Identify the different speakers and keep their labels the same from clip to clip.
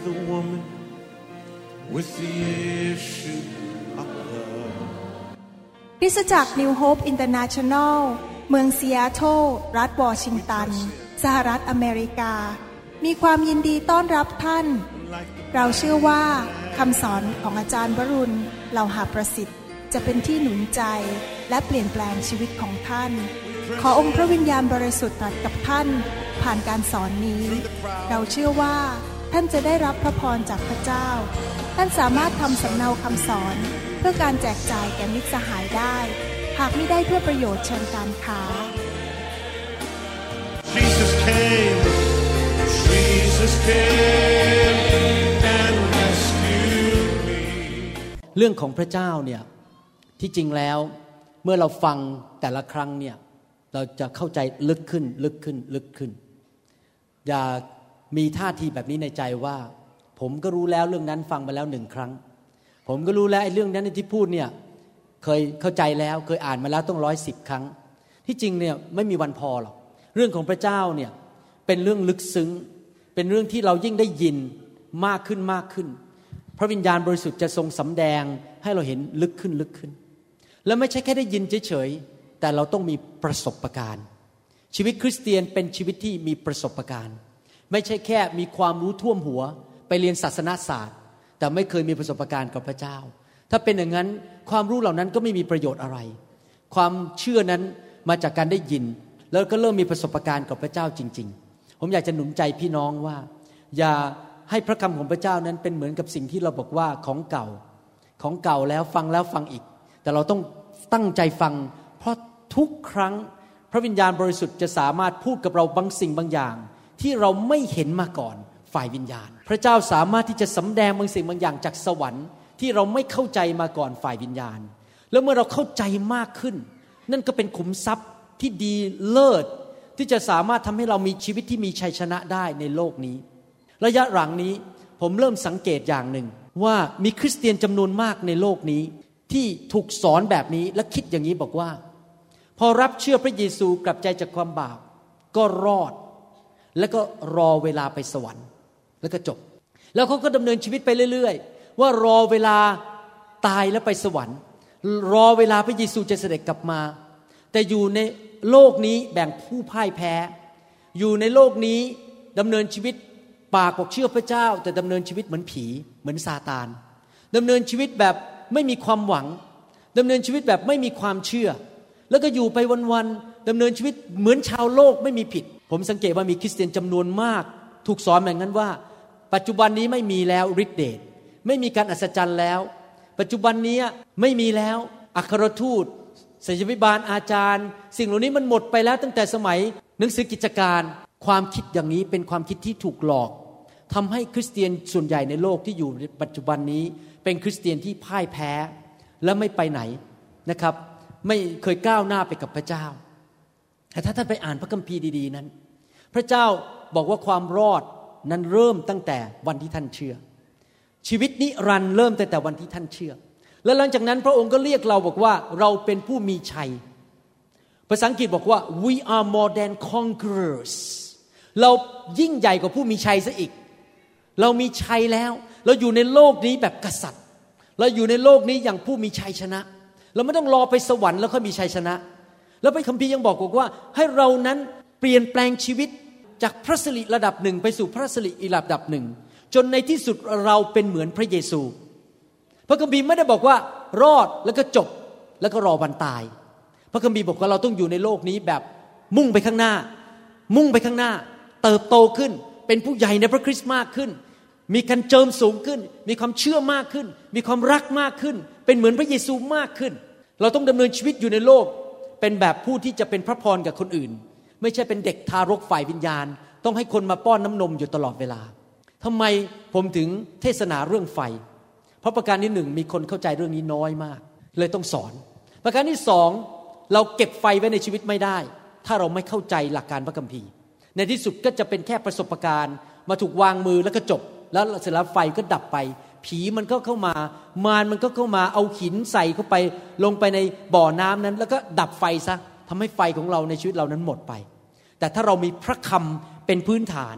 Speaker 1: the woman with the issue of blood
Speaker 2: คริสตจักร New Hope International เมืองซีแอตเทิลรัฐวอชิงตันสหรัฐอเมริกามีความยินดีต้อนรับท่านเราเชื่อว่าคำสอนของอาจารย์วรุณเหล่าหาประสิทธิ์จะเป็นที่หนุนใจและเปลี่ยนแปลงชีวิตของท่านขอองค์พระวิญญาณบริสุทธิ์ตรัสกับท่านผ่านการสอนนี้เราเชื่อว่าท่านจะได้รับพระพรจากพระเจ้าท่านสามารถทำสำเนาคำสอนเพื่อการแจกจ่ายแก่มิตรสหายได้หากไม่ได้เพื่อประโยชน์เชิงการค้า
Speaker 1: Jesus came and rescued me
Speaker 3: เรื่องของพระเจ้าเนี่ยที่จริงแล้วเมื่อเราฟังแต่ละครั้งเนี่ยเราจะเข้าใจลึกขึ้นอย่ามีท่าทีแบบนี้ในใจว่าผมก็รู้แล้วเรื่องนั้นฟังมาแล้ว1ครั้งผมก็รู้แล้วไอ้เรื่องนั้นที่พูดเนี่ยเคยเข้าใจแล้วเคยอ่านมาแล้วต้อง110ครั้งที่จริงเนี่ยไม่มีวันพอหรอกเรื่องของพระเจ้าเนี่ยเป็นเรื่องลึกซึ้งเป็นเรื่องที่เรายิ่งได้ยินมากขึ้นพระวิญญาณบริสุทธิ์จะทรงสำแดงให้เราเห็นลึกขึ้นแล้วไม่ใช่แค่ได้ยินเฉยๆแต่เราต้องมีประสบการณ์ชีวิตคริสเตียนเป็นชีวิตที่มีประสบการณ์ไม่ใช่แค่มีความรู้ท่วมหัวไปเรียนศาสนศาสตร์แต่ไม่เคยมีประสบการณ์กับพระเจ้าถ้าเป็นอย่างนั้นความรู้เหล่านั้นก็ไม่มีประโยชน์อะไรความเชื่อนั้นมาจากการได้ยินแล้วก็เริ่มมีประสบการณ์กับพระเจ้าจริงๆผมอยากจะหนุนใจพี่น้องว่าอย่าให้พระคำของพระเจ้านั้นเป็นเหมือนกับสิ่งที่เราบอกว่าของเก่าแล้วฟังอีกแต่เราต้องตั้งใจฟังเพราะทุกครั้งพระวิญญาณบริสุทธิ์จะสามารถพูดกับเราบางสิ่งบางอย่างที่เราไม่เห็นมาก่อนฝ่ายวิญญาณพระเจ้าสามารถที่จะสำแดงบางสิ่งบางอย่างจากสวรรค์ที่เราไม่เข้าใจมาก่อนฝ่ายวิญญาณแล้วเมื่อเราเข้าใจมากขึ้นนั่นก็เป็นขุมทรัพย์ที่ดีเลิศที่จะสามารถทำให้เรามีชีวิตที่มีชัยชนะได้ในโลกนี้ระยะหลังนี้ผมเริ่มสังเกตอย่างหนึ่งว่ามีคริสเตียนจำนวนมากในโลกนี้ที่ถูกสอนแบบนี้และคิดอย่างนี้บอกว่าพอรับเชื่อพระเยซูกลับใจจากความบาปก็รอดแล้วก็รอเวลาไปสวรรค์แล้วก็จบแล้วเขาก็ดำเนินชีวิตไปเรื่อยๆว่ารอเวลาตายแล้วไปสวรรค์รอเวลาพระเยซูจะเสด็จกลับมาแต่อยู่ในโลกนี้แบ่งผู้พ่ายแพ้อยู่ในโลกนี้ดำเนินชีวิตปากบอกเชื่อพระเจ้าแต่ดำเนินชีวิตเหมือนผีเหมือนซาตานดำเนินชีวิตแบบไม่มีความหวังดำเนินชีวิตแบบไม่มีความเชื่อแล้วก็อยู่ไปวันๆดำเนินชีวิตเหมือนชาวโลกไม่มีผิดผมสังเกตว่ามีคริสเตียนจำนวนมากถูกสอนแบบนั้นว่าปัจจุบันนี้ไม่มีแล้วฤทธิเดชไม่มีการอัศจรรย์แล้วปัจจุบันนี้ไม่มีแล้วอัครทูตศิษยาภิบาลอาจารย์สิ่งเหล่านี้มันหมดไปแล้วตั้งแต่สมัยหนังสือกิจการความคิดอย่างนี้เป็นความคิดที่ถูกหลอกทำให้คริสเตียนส่วนใหญ่ในโลกที่อยู่ในปัจจุบันนี้เป็นคริสเตียนที่พ่ายแพ้และไม่ไปไหนนะครับไม่เคยก้าวหน้าไปกับพระเจ้าแต่ถ้าท่านไปอ่านพระคัมภีร์ดีๆนั้นพระเจ้าบอกว่าความรอดนั้นเริ่มตั้งแต่วันที่ท่านเชื่อชีวิตนิรันดร์เริ่มตั้งแต่วันที่ท่านเชื่อและหลังจากนั้นพระองค์ก็เรียกเราบอกว่าเราเป็นผู้มีชัยภาษาอังกฤษบอกว่า we are more than conquerors เรายิ่งใหญ่กว่าผู้มีชัยซะอีกเรามีชัยแล้วเราอยู่ในโลกนี้แบบกษัตริย์เราอยู่ในโลกนี้อย่างผู้มีชัยชนะเราไม่ต้องรอไปสวรรค์แล้วค่อยมีชัยชนะแล้วพระคัมภีร์ยังบอกว่าให้เรานั้นเปลี่ยนแปลงชีวิตจากพระสิริระดับหนึ่งไปสู่พระสิริอีกระดับหนึ่งจนในที่สุดเราเป็นเหมือนพระเยซูพระคัมภีร์ไม่ได้บอกว่ารอดแล้วก็จบแล้วก็รอวันตายพระคัมภีร์บอกว่าเราต้องอยู่ในโลกนี้แบบมุ่งไปข้างหน้าเติบโตขึ้นเป็นผู้ใหญ่ในพระคริสต์มากขึ้นมีการเจิมสูงขึ้นมีความเชื่อมากขึ้นมีความรักมากขึ้นเป็นเหมือนพระเยซูมากขึ้นเราต้องดำเนินชีวิตอยู่ในโลกเป็นแบบผู้ที่จะเป็นพระพรกับคนอื่นไม่ใช่เป็นเด็กทารกฝ่ายวิญญาณต้องให้คนมาป้อนน้ำนมอยู่ตลอดเวลาทำไมผมถึงเทศนาเรื่องไฟเพราะประการที่หนึ่งมีคนเข้าใจเรื่องนี้น้อยมากเลยต้องสอนประการที่สองเราเก็บไฟไว้ในชีวิตไม่ได้ถ้าเราไม่เข้าใจหลักการพระคัมภีร์ในที่สุดก็จะเป็นแค่ประสบการณ์มาถูกวางมือแล้วก็จบแล้วเสร็จแล้วไฟก็ดับไปผีมันก็เข้ามามารมันก็เข้ามาเอาหินใส่เข้าไปลงไปในบ่อน้ำนั้นแล้วก็ดับไฟซะทำให้ไฟของเราในชีวิตเรานั้นหมดไปแต่ถ้าเรามีพระคำเป็นพื้นฐานถ้า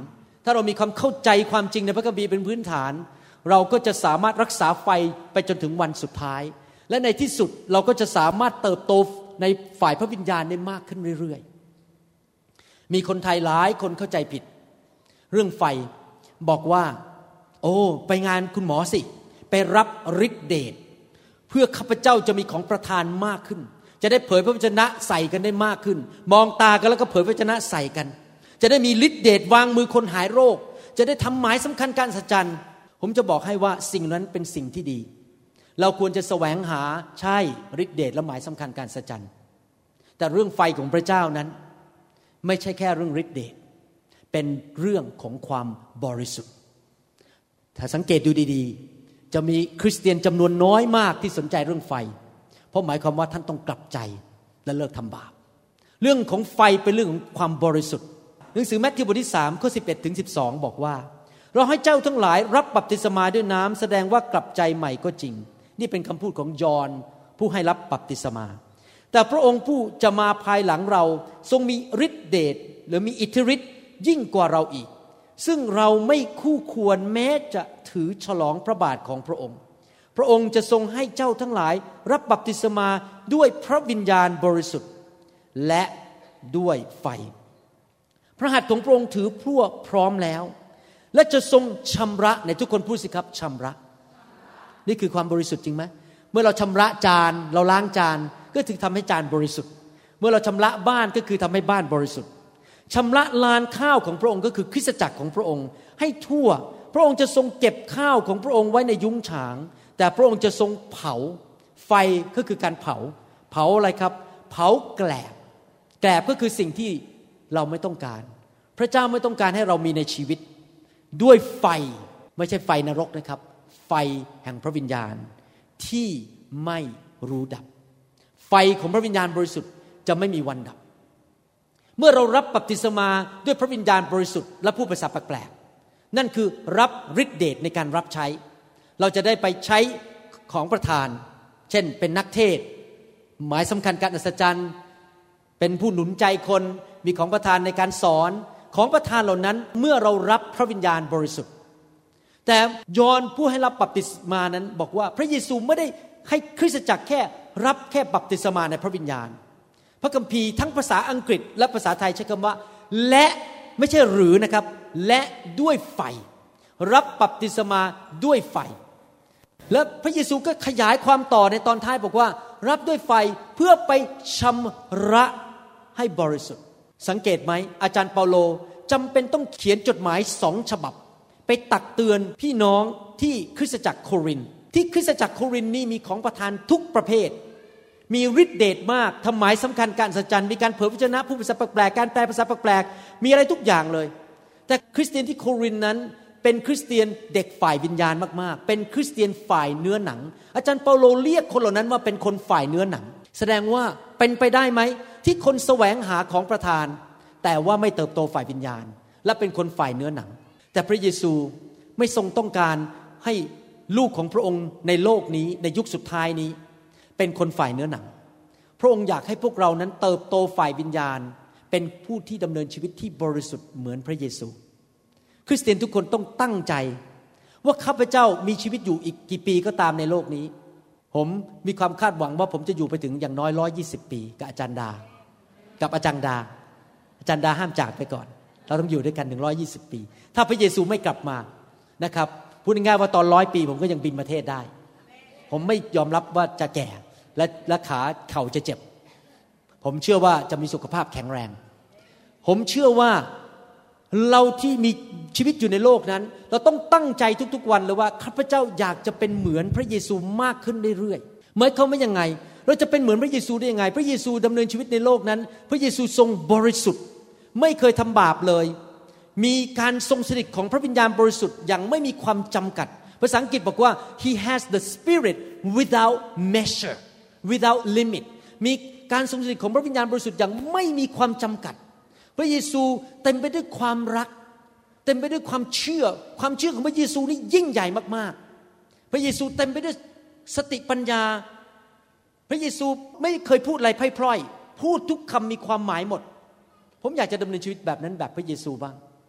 Speaker 3: ถ้าเรามีความเข้าใจความจริงในพระคัมภีร์เป็นพื้นฐานเราก็จะสามารถรักษาไฟไปจนถึงวันสุดท้ายและในที่สุดเราก็จะสามารถเติบโตในฝ่ายพระวิญญาณได้มากขึ้นเรื่อยๆมีคนไทยหลายคนเข้าใจผิดเรื่องไฟบอกว่าโอ้ไปงานคุณหมอสิไปรับฤทธิ์เดชเพื่อข้าพเจ้าจะมีของประทานมากขึ้นจะได้เผยพระวจนะใส่กันได้มากขึ้นมองตากันแล้วก็เผยพระวจนะใส่กันจะได้มีฤทธิ์เดชวางมือคนหายโรคจะได้ทำหมายสำคัญการอัศจรรย์ผมจะบอกให้ว่าสิ่งนั้นเป็นสิ่งที่ดีเราควรจะแสวงหาใช่ฤทธิ์เดชและหมายสำคัญการอัศจรรย์แต่เรื่องไฟของพระเจ้านั้นไม่ใช่แค่เรื่องฤทธิ์เดชเป็นเรื่องของความบริสุทธิ์ถ้าสังเกตดูดีๆจะมีคริสเตียนจำนวนน้อยมากที่สนใจเรื่องไฟเพราะหมายความว่าท่านต้องกลับใจและเลิกทำบาปเรื่องของไฟเป็นเรื่องของความบริสุทธิ์หนังสือมัทธิวบทที่3ข้อ11ถึง12บอกว่าเราให้เจ้าทั้งหลายรับบัพติศมาด้วยน้ำแสดงว่ากลับใจใหม่ก็จริงนี่เป็นคำพูดของยอห์นผู้ให้รับบัพติศมาแต่พระองค์ผู้จะมาภายหลังเราทรงมีฤทธิเดชหรือมีอิทธิฤทธิ์ยิ่งกว่าเราอีกซึ่งเราไม่คู่ควรแม้จะถือฉลองพระบาทของพระองค์พระองค์จะทรงให้เจ้าทั้งหลายรับบัพติศมาด้วยพระวิญญาณบริสุทธิ์และด้วยไฟพระหัตถ์ของพระองค์ถือพลั่วพร้อมแล้วและจะทรงชำระในทุกคนพูดสิครับชำระนี่คือความบริสุทธิ์จริงไหมเมื่อเราชำระจานเราล้างจานก็ถึงทำให้จานบริสุทธิ์เมื่อเราชำระบ้านก็คือทำให้บ้านบริสุทธิ์ชำระลานข้าวของพระองค์ก็คือคริสตจักรของพระองค์ให้ทั่วพระองค์จะทรงเก็บข้าวของพระองค์ไว้ในยุ้งฉางแต่พระองค์จะทรงเผาไฟก็คือการเผาอะไรครับเผาแกลบก็คือสิ่งที่เราไม่ต้องการพระเจ้าไม่ต้องการให้เรามีในชีวิตด้วยไฟไม่ใช่ไฟนรกนะครับไฟแห่งพระวิญญาณที่ไม่รู้ดับไฟของพระวิญญาณบริสุทธิ์จะไม่มีวันดับเมื่อเรารับบัพติศมาด้วยพระวิญญาณบริสุทธิ์และพูดภาษาแปลกๆนั่นคือรับฤทธิ์เดชในการรับใช้เราจะได้ไปใช้ของประทานเช่นเป็นนักเทศน์หมายสำคัญการอัศจรรย์เป็นผู้หนุนใจคนมีของประทานในการสอนของประทานเหล่านั้นเมื่อเรารับพระวิญญาณบริสุทธิ์แต่ยอห์นผู้ให้รับบัพติศมานั้นบอกว่าพระเยซูไม่ได้ให้คริสตจักรแค่รับแค่บัพติศมาในพระวิญญาณพระคัมภีร์ทั้งภาษาอังกฤษและภาษาไทยใช้คำว่าและไม่ใช่หรือนะครับและด้วยไฟรับบัพติศมาด้วยไฟและพระเยซูก็ขยายความต่อในตอนท้ายบอกว่ารับด้วยไฟเพื่อไปชำระให้บริสุทธิ์สังเกตไหมอาจารย์เปาโลจำเป็นต้องเขียนจดหมาย2 ฉบับไปตักเตือนพี่น้องที่คริสตจักรโครินธ์ที่คริสตจักรโครินธ์นี่มีของประทานทุกประเภทมีฤทธิ์เดชมากทำหมายสำคัญการอัศจรรย์มีการเผยพระวจนะผู้ภาษาแปลกๆการแปลภาษาแปลกๆมีอะไรทุกอย่างเลยแต่คริสเตียนที่โครินธ์นั้นเป็นคริสเตียนเด็กฝ่ายวิญญาณมากๆเป็นคริสเตียนฝ่ายเนื้อหนังอาจารย์เปาโลเรียกคนเหล่านั้นว่าเป็นคนฝ่ายเนื้อหนังแสดงว่าเป็นไปได้ไหมที่คนแสวงหาของประทานแต่ว่าไม่เติบโตฝ่ายวิญญาณและเป็นคนฝ่ายเนื้อหนังแต่พระเยซูไม่ทรงต้องการให้ลูกของพระองค์ในโลกนี้ในยุคสุดท้ายนี้เป็นคนฝ่ายเนื้อหนังพระองค์อยากให้พวกเรานั้นเติบโตฝ่ายวิญญาณเป็นผู้ที่ดำเนินชีวิตที่บริสุทธิ์เหมือนพระเยซูคริสเตียนทุกคนต้องตั้งใจว่าข้าพเจ้ามีชีวิตอยู่อีกกี่ปีก็ตามในโลกนี้ผมมีความคาดหวังว่าผมจะอยู่ไปถึงอย่างน้อย120 ปีกับอาจารย์ดาอาจารย์ดาห้ามจากไปก่อนเราต้องอยู่ด้วยกันถึง120 ปีถ้าพระเยซูไม่กลับมานะครับพูดง่ายๆว่าตอน100 ปีผมก็ยังบินประเทศได้ผมไม่ยอมรับว่าจะแก่และขาเข่าจะเจ็บผมเชื่อว่าจะมีสุขภาพแข็งแรงผมเชื่อว่าเราที่มีชีวิตอยู่ในโลกนั้นเราต้องตั้งใจทุกๆวันเลยว่าข้าพเจ้าอยากจะเป็นเหมือนพระเยซูมากขึ้นเรื่อยๆหมายความว่ายังไงเราจะเป็นเหมือนพระเยซูได้ยังไงพระเยซูดำเนินชีวิตในโลกนั้นพระเยซูทรงบริสุทธิ์ไม่เคยทำบาปเลยมีการทรงสถิตของพระวิญญาณบริสุทธิ์อย่างไม่มีความจำกัดภาษาอังกฤษบอกว่า he has the spirit without measure without limit มีการทรงสถิตของพระวิญญาณบริสุทธิ์อย่างไม่มีความจำกัดพระเยซูเต็มไปด้วยความรักเต็มไปด้วยความเชื่อของพระเยซูนี่ยิ่งใหญ่มากๆพระเยซูเต็มไปด้วยสติปัญญาพระเยซูไม่เคยพูดอะไรพร่อยๆพูดทุกคำมีความหมายหมดผมอยากจะดำเนินชีวิตแบบนั้นแบบพระเยซูบ้าง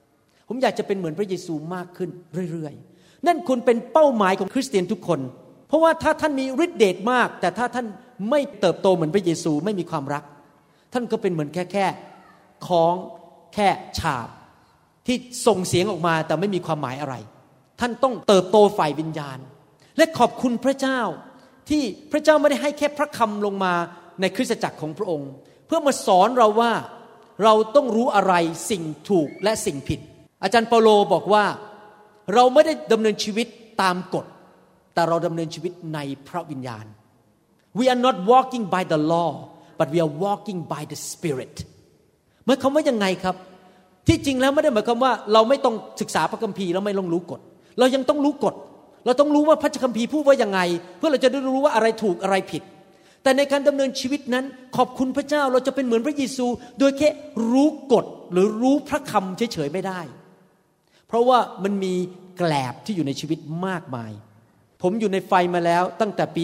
Speaker 3: ผมอยากจะเป็นเหมือนพระเยซูมากขึ้นเรื่อยๆนั่นคุณเป็นเป้าหมายของคริสเตียนทุกคนเพราะว่าถ้าท่านมีฤทธิ์เดชมากแต่ถ้าท่านไม่เติบโตเหมือนพระเยซูไม่มีความรักท่านก็เป็นเหมือนแค่ของแค่ฉาบที่ส่งเสียงออกมาแต่ไม่มีความหมายอะไรท่านต้องเติบโตฝ่ายวิญญาณและขอบคุณพระเจ้าที่พระเจ้าไม่ได้ให้แค่พระคำลงมาในคริสตจักรของพระองค์เพื่อมาสอนเราว่าเราต้องรู้อะไรสิ่งถูกและสิ่งผิดอาจารย์เปาโลบอกว่าเราไม่ได้ดำเนินชีวิตตามกฎแต่เราดำเนินชีวิตในพระวิญญาณ We are not walking by the law but we are walking by the Spirit หมายความว่ายังไงครับที่จริงแล้วไม่ได้หมายความว่าเราไม่ต้องศึกษาพระคัมภีร์แล้วไม่ต้องรู้กฎเรายังต้องรู้กฎเราต้องรู้ว่าพระคัมภีร์พูดว่ายังไงเพื่อเราจะได้รู้ว่าอะไรถูกอะไรผิดแต่ในการดำเนินชีวิตนั้นขอบคุณพระเจ้าเราจะเป็นเหมือนพระเยซูโดยแค่รู้กฎหรือรู้พระคำเฉยๆไม่ได้เพราะว่ามันมีแกลบที่อยู่ในชีวิตมากมายผมอยู่ในไฟมาแล้วตั้งแต่ปี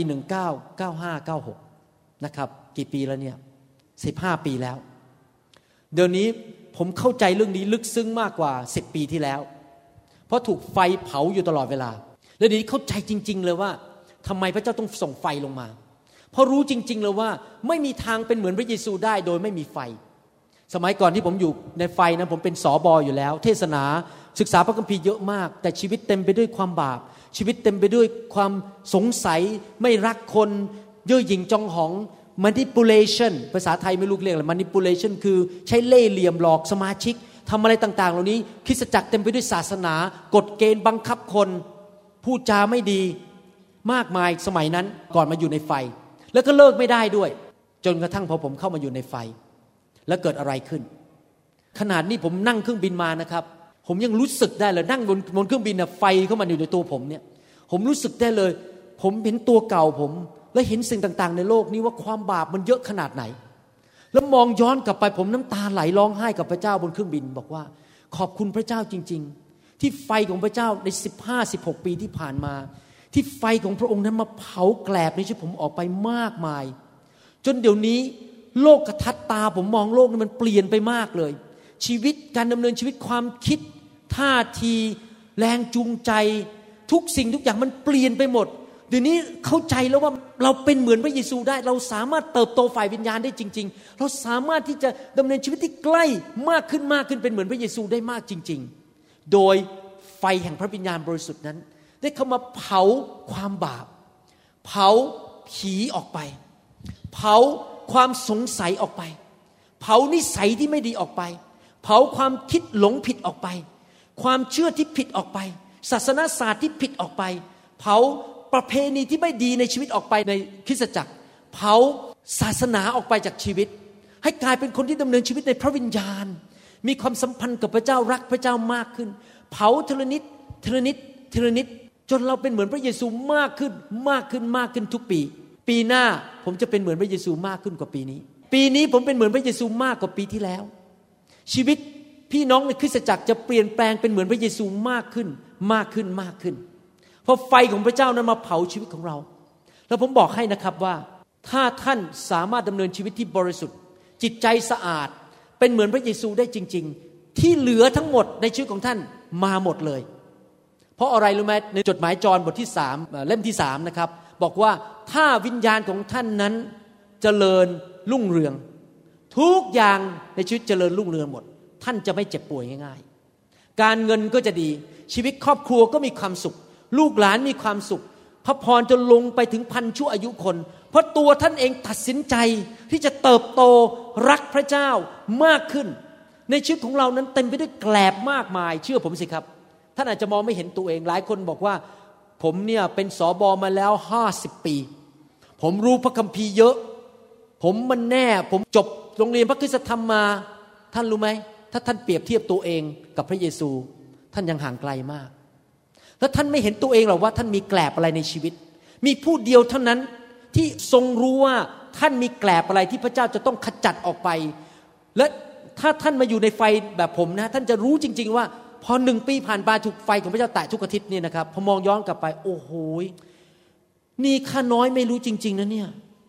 Speaker 3: 1995-96นะครับกี่ปีแล้วเนี่ย15ปีแล้วเดี๋ยวนี้ผมเข้าใจเรื่องนี้ลึกซึ้งมากกว่า10ปีที่แล้วเพราะถูกไฟเผาอยู่ตลอดเวลาและเดี๋ยวนี้เข้าใจจริงๆเลยว่าทำไมพระเจ้าต้องส่งไฟลงมาเพราะรู้จริงๆเลยว่าไม่มีทางเป็นเหมือนพระเยซูได้โดยไม่มีไฟสมัยก่อนที่ผมอยู่ในไฟนะผมเป็นสบอยู่แล้วเทศนาศึกษาพระคัมภีร์เยอะมากแต่ชีวิตเต็มไปด้วยความบาปชีวิตเต็มไปด้วยความสงสัยไม่รักคนเย่อหยิ่งจองหอง manipulation ภาษาไทยไม่รู้เรียกอะไร manipulation คือใช้เล่ห์เหลี่ยมหลอกสมาชิกทำอะไรต่างๆเหล่านี้คริสตจักรเต็มไปด้วยศาสนากฎเกณฑ์บังคับคนพูดจาไม่ดีมากมายสมัยนั้นก่อนมาอยู่ในไฟแล้วก็เลิกไม่ได้ด้วยจนกระทั่งพอผมเข้ามาอยู่ในไฟแล้วเกิดอะไรขึ้นขนาดนี้ผมนั่งเครื่องบินมานะครับผมยังรู้สึกได้เลยนั่งบนเครื่องบินน่ะไฟเข้ามาอยู่ในตัวผมเนี่ยผมรู้สึกได้เลยผมเห็นตัวเก่าผมและเห็นสิ่งต่างๆในโลกนี้ว่าความบาปมันเยอะขนาดไหนแล้วมองย้อนกลับไปผมน้ำตาไหลร้องไห้กับพระเจ้าบนเครื่องบินบอกว่าขอบคุณพระเจ้าจริงๆที่ไฟของพระเจ้าใน15-16ปีที่ผ่านมาที่ไฟของพระองค์นั้นมาเผาแกลบในชีวิตผมออกไปมากมายจนเดี๋ยวนี้โลกทัศน์ตาผมมองโลกนี้มันเปลี่ยนไปมากเลยชีวิตการดำเนินชีวิตความคิดท่าทีแรงจูงใจทุกสิ่งทุกอย่างมันเปลี่ยนไปหมดเดี๋ยวนี้เข้าใจแล้วว่าเราเป็นเหมือนพระเยซูได้เราสามารถเติบโตฝ่ายวิญญาณได้จริงๆเราสามารถที่จะดำเนินชีวิตที่ใกล้มากขึ้นเป็นเหมือนพระเยซูได้มากจริงๆโดยไฟแห่งพระวิญญาณบริสุทธิ์นั้นได้เข้ามาเผาความบาปเผาผีออกไปเผาความสงสัยออกไปเผานิสัยที่ไม่ดีออกไปเผาความคิดหลงผิดออกไปความเชื่อที่ผิดออกไปศาสนศาสตร์ที่ผิดออกไปเผาประเพณีที่ไม่ดีในชีวิตออกไปในคริสตจักรเผาศาสนาออกไปจากชีวิตให้กลายเป็นคนที่ดำเนินชีวิตในพระวิญญาณมีความสัมพันธ์กับพระเจ้ารักพระเจ้ามากขึ้นเผาทีละนิดทีละนิดทีละนิดจนเราเป็นเหมือนพระเยซูมากขึ้นทุกปีปีหน้าผมจะเป็นเหมือนพระเยซูมากขึ้นกว่าปีนี้ปีนี้ผมเป็นเหมือนพระเยซูมากกว่าปีที่แล้วชีวิตพี่น้องในคริสตจักรจะเปลี่ยนแปลงเป็นเหมือนพระเยซูมากขึ้นเพราะไฟของพระเจ้านั้นมาเผาชีวิตของเราแล้วผมบอกให้นะครับว่าถ้าท่านสามารถดำเนินชีวิตที่บริสุทธิ์จิตใจสะอาดเป็นเหมือนพระเยซูได้จริงๆที่เหลือทั้งหมดในชีวิตของท่านมาหมดเลยเพราะอะไรรู้ไหมในจดหมายจอห์นบทที่3เล่มที่3นะครับบอกว่าถ้าวิญญาณของท่านนั้นเจริญรุ่งเรืองทุกอย่างในชีวิตเจริญรุ่งเรืองหมดท่านจะไม่เจ็บป่วยง่ายๆการเงินก็จะดีชีวิตครอบครัวก็มีความสุขลูกหลานมีความสุขพระพรจะลงไปถึงพันชั่วอายุคนเพราะตัวท่านเองตัดสินใจที่จะเติบโตรักพระเจ้ามากขึ้นในชีวิตของเรานั้นเต็มไปด้วยแกลบมากมายเชื่อผมสิครับท่านอาจจะมองไม่เห็นตัวเองหลายคนบอกว่าผมเนี่ยเป็นสบมาแล้ว50ปีผมรู้พระคัมภีร์เยอะผมมันแน่ผมจบโรงเรียนพระคริสตธรรมมาท่านรู้ไหมถ้าท่านเปรียบเทียบตัวเองกับพระเยซูท่านยังห่างไกลมากแล้วท่านไม่เห็นตัวเองหรอกว่าท่านมีแกลบอะไรในชีวิตมีผู้เดียวเท่านั้นที่ทรงรู้ว่าท่านมีแกลบอะไรที่พระเจ้าจะต้องขจัดออกไปและถ้าท่านมาอยู่ในไฟแบบผมนะท่านจะรู้จริงๆว่าพอ1 ปีผ่านไปถูกไฟของพระเจ้าแตะทุกอาทิตย์นี่นะครับพอมองย้อนกลับไปโอ้โหนี่ข้าน้อยไม่รู้จริงๆนะเนี่ย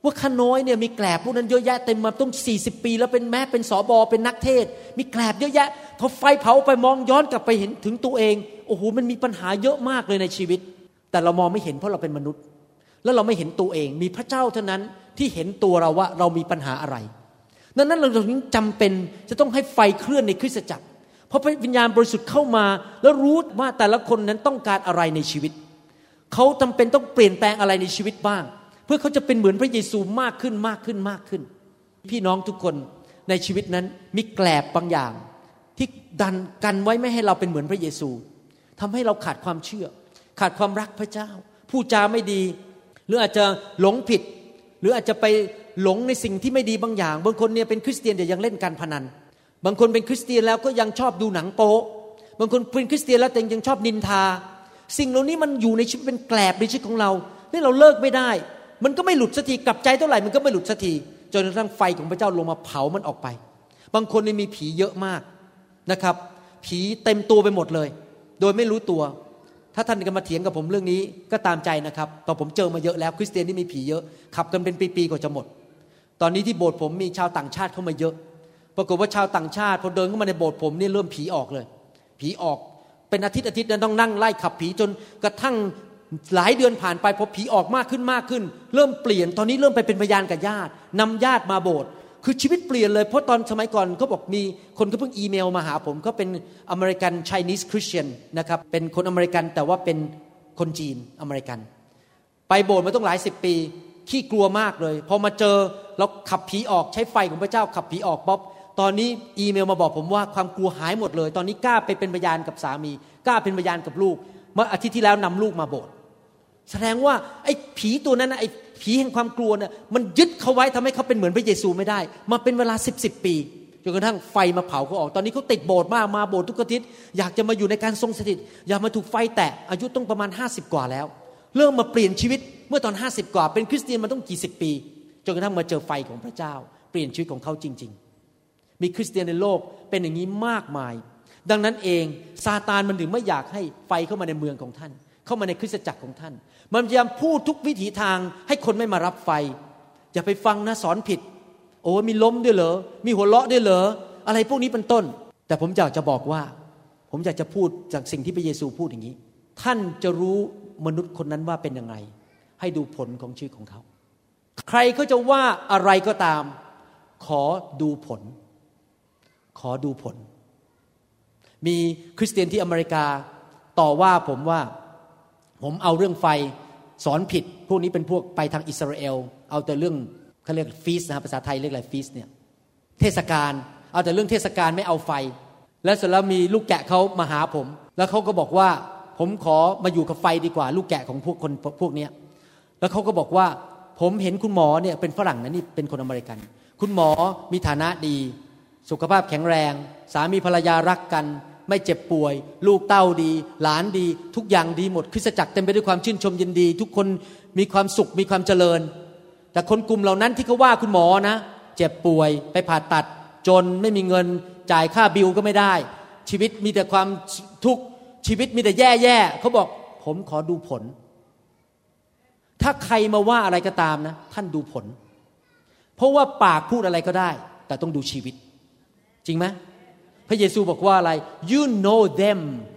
Speaker 3: ว่าข้าน้อยเนี่ยมีแกลบพวกนั้นเยอะแยะเต็มมาต้อง40 ปีแล้วเป็นแม้เป็นสบเป็นนักเทศมีแกลบเยอะแยะพอไฟเผาไปมองย้อนกลับไปเห็นถึงตัวเองโอ้โหมันมีปัญหาเยอะมากเลยในชีวิตแต่เรามองไม่เห็นเพราะเราเป็นมนุษย์แล้วเราไม่เห็นตัวเองมีพระเจ้าเท่านั้นที่เห็นตัวเราว่าเรามีปัญหาอะไรดังนั้นเราถึงจำเป็นจะต้องให้ไฟเคลื่อนในคริสตจักรเพราะพระวิญญาณบริสุทธิ์เข้ามาแล้วรู้ว่าแต่ละคนนั้นต้องการอะไรในชีวิตเขาจำเป็นต้องเปลี่ยนแปลงอะไรในชีวิตบ้างเพื่อเขาจะเป็นเหมือนพระเยซูมากขึ้นมากขึ้นมากขึ้นพี่น้องทุกคนในชีวิตนั้นมีแกลบบางอย่างที่ดันกันไว้ไม่ให้เราเป็นเหมือนพระเยซูทำให้เราขาดความเชื่อขาดความรักพระเจ้าพูดจาไม่ดีหรืออาจจะหลงผิดหรืออาจจะไปหลงในสิ่งที่ไม่ดีบางอย่างบางคนเนี่ยเป็นคริสเตียนแต่ยังเล่นการพนันบางคนเป็นคริสเตียนแล้วก็ยังชอบดูหนังโป๊บางคนเป็นคริสเตียนแล้วแต่ยังชอบนินทาสิ่งเหล่านี้มันอยู่ในชีวิตเป็นแกลบในชีวิตของเราที่เราเลิกไม่ได้มันก็ไม่หลุดสักทีกลับใจเท่าไหร่มันก็ไม่หลุดสักทีจนกระทั่งไฟของพระเจ้าลงมาเผามันออกไปบางคนนี่มีผีเยอะมากนะครับผีเต็มตัวไปหมดเลยโดยไม่รู้ตัวถ้าท่านจะมาเถียงกับผมเรื่องนี้ก็ตามใจนะครับเพราะผมเจอมาเยอะแล้วคริสเตียนที่มีผีเยอะขับกันเป็นปีๆกว่าจะหมดตอนนี้ที่โบสถ์ผมมีชาวต่างชาติเข้ามาเยอะปรากฏว่าชาวต่างชาติพอเดินเข้ามาในโบสถ์ผมนี่เริ่มผีออกเลยผีออกเป็นอาทิตย์นั้นต้องนั่งไล่ขับผีจนกระทั่งหลายเดือนผ่านไปพอผีออกมากขึ้นเริ่มเปลี่ยนตอนนี้เริ่มไปเป็นพยานกับญาตินำญาติมาโบสถ์คือชีวิตเปลี่ยนเลยเพราะตอนสมัยก่อนเขาบอกมีคนก็เพิ่งอีเมลมาหาผมเขาเป็นอเมริกัน Chinese Christian นะครับเป็นคนอเมริกันแต่ว่าเป็นคนจีนอเมริกันไปโบสถ์มาต้องหลาย10 ปีขี้กลัวมากเลยพอมาเจอแล้วขับผีออกใช้ไฟของพระเจ้าขับผีออกป๊อบตอนนี้อีเมลมาบอกผมว่าความกลัวหายหมดเลยตอนนี้กล้าไปเป็นพยานกับสามีกล้าเป็นพยานกับลูกเมื่ออาทิตย์ที่แล้วนำลูกมาโบสถ์แสดงว่าไอ้ผีตัวนั้นนะไอ้ผีแห่งความกลัวน่ะมันยึดเขาไว้ทำให้เขาเป็นเหมือนพระเยซูไม่ได้มาเป็นเวลา10 ปีจนกระทั่งไฟมาเผาเขาออกตอนนี้เขาติดโบสถ์มากมาโบสถ์ทุกอาทิตย์อยากจะมาอยู่ในการทรงสถิตอยากมาถูกไฟแตะอายุต้องประมาณ50 กว่าแล้วเริ่มมาเปลี่ยนชีวิตเมื่อตอน50 กว่าเป็นคริสเตียนมาต้องกี่10 ปีจนกระทั่งมาเจอไฟของพระเจ้าเปลี่ยนชีวิตของเขาจริงๆมีคริสเตียนในโลกเป็นอย่างนี้มากมายดังนั้นเองซาตานมันถึงไม่อยากให้ไฟเข้ามาในเมืองของท่านเข้ามาในคริสตจักรของท่านมันพยายามพูดทุกวิถีทางให้คนไม่มารับไฟอย่าไปฟังนะสอนผิดโอ้มีล้มด้วยเหรอมีหัวเราะด้วยเหรออะไรพวกนี้เป็นต้นแต่ผมอยากจะบอกว่าผมอยากจะพูดจากสิ่งที่พระเยซูพูดอย่างนี้ท่านจะรู้มนุษย์คนนั้นว่าเป็นยังไงให้ดูผลของชีวิตของเขาใครเขาจะว่าอะไรก็ตามขอดูผลขอดูผลมีคริสเตียนที่อเมริกาต่อว่าผมว่าผมเอาเรื่องไฟสอนผิดพวกนี้เป็นพวกไปทางอิสราเอลเอาแต่เรื่องเขาเรียกฟีสนะภาษาไทยเรียกอะไรฟีสเนี่ยเทศกาลเอาแต่เรื่องเทศกาลไม่เอาไฟแล้วเสร็จแล้วมีลูกแกะเขามาหาผมแล้วเขาก็บอกว่าผมขอมาอยู่กับไฟดีกว่าลูกแกะของพวกคนพวกนี้แล้วเขาก็บอกว่าผมเห็นคุณหมอเนี่ยเป็นฝรั่งนะนี่เป็นคนอเมริกันคุณหมอมีฐานะดีสุขภาพแข็งแรงสามีภรรยารักกันไม่เจ็บป่วยลูกเต้าดีหลานดีทุกอย่างดีหมดคริสตจักรเต็มไปด้วยความชื่นชมยินดีทุกคนมีความสุขมีความเจริญแต่คนกลุ่มเหล่านั้นที่เขาว่าคุณหมอนะเจ็บป่วยไปผ่าตัดจนไม่มีเงินจ่ายค่าบิลก็ไม่ได้ชีวิตมีแต่ความทุกข์ชีวิตมีแต่แย่ๆเขาบอกผมขอดูผลถ้าใครมาว่าอะไรก็ตามนะท่านดูผลเพราะว่าปากพูดอะไรก็ได้แต่ต้องดูชีวิตจริงไหมพระเยซูบอกว่าอะไร you know them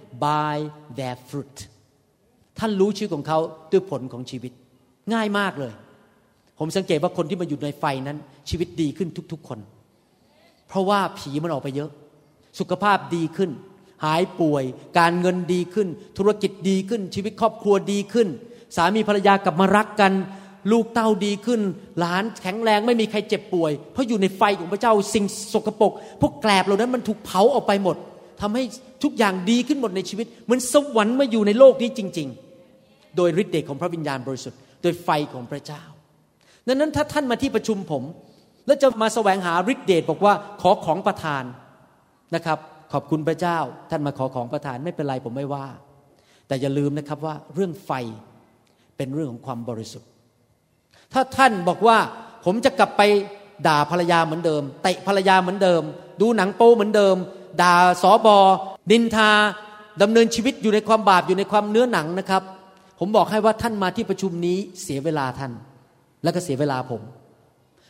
Speaker 3: by their fruit ท่านรู้ชีวิตของเขาด้วยผลของชีวิตง่ายมากเลยผมสังเกตว่าคนที่มาอยู่ในไฟนั้นชีวิตดีขึ้นทุกๆคนเพราะว่าผีมันออกไปเยอะสุขภาพดีขึ้นหายป่วยการเงินดีขึ้นธุรกิจดีขึ้นชีวิตครอบครัวดีขึ้นสามีภรรยากลับมารักกันลูกเต้าดีขึ้นหลานแข็งแรงไม่มีใครเจ็บป่วยเพราะอยู่ในไฟของพระเจ้าสิ่งสกปรกพวกแกลบเหล่านั้นมันถูกเผาออกไปหมดทำให้ทุกอย่างดีขึ้นหมดในชีวิตเหมือนสวรรค์มาอยู่ในโลกนี้จริงๆโดยฤทธิ์เดชของพระวิญญาณบริสุทธิ์โดยไฟของพระเจ้าดังนั้นถ้าท่านมาที่ประชุมผมแล้วจะมาแสวงหาฤทธิ์เดชบอกว่าขอของประทานนะครับขอบคุณพระเจ้าท่านมาขอของประทานไม่เป็นไรผมไม่ว่าแต่อย่าลืมนะครับว่าเรื่องไฟเป็นเรื่องของความบริสุทธิ์ถ้าท่านบอกว่าผมจะกลับไปด่าภรรยาเหมือนเดิมเตะภรรยาเหมือนเดิมดูหนังโป๊เหมือนเดิมด่าสบนินทาดำเนินชีวิตอยู่ในความบาปอยู่ในความเนื้อหนังนะครับผมบอกให้ว่าท่านมาที่ประชุมนี้เสียเวลาท่านและก็เสียเวลาผม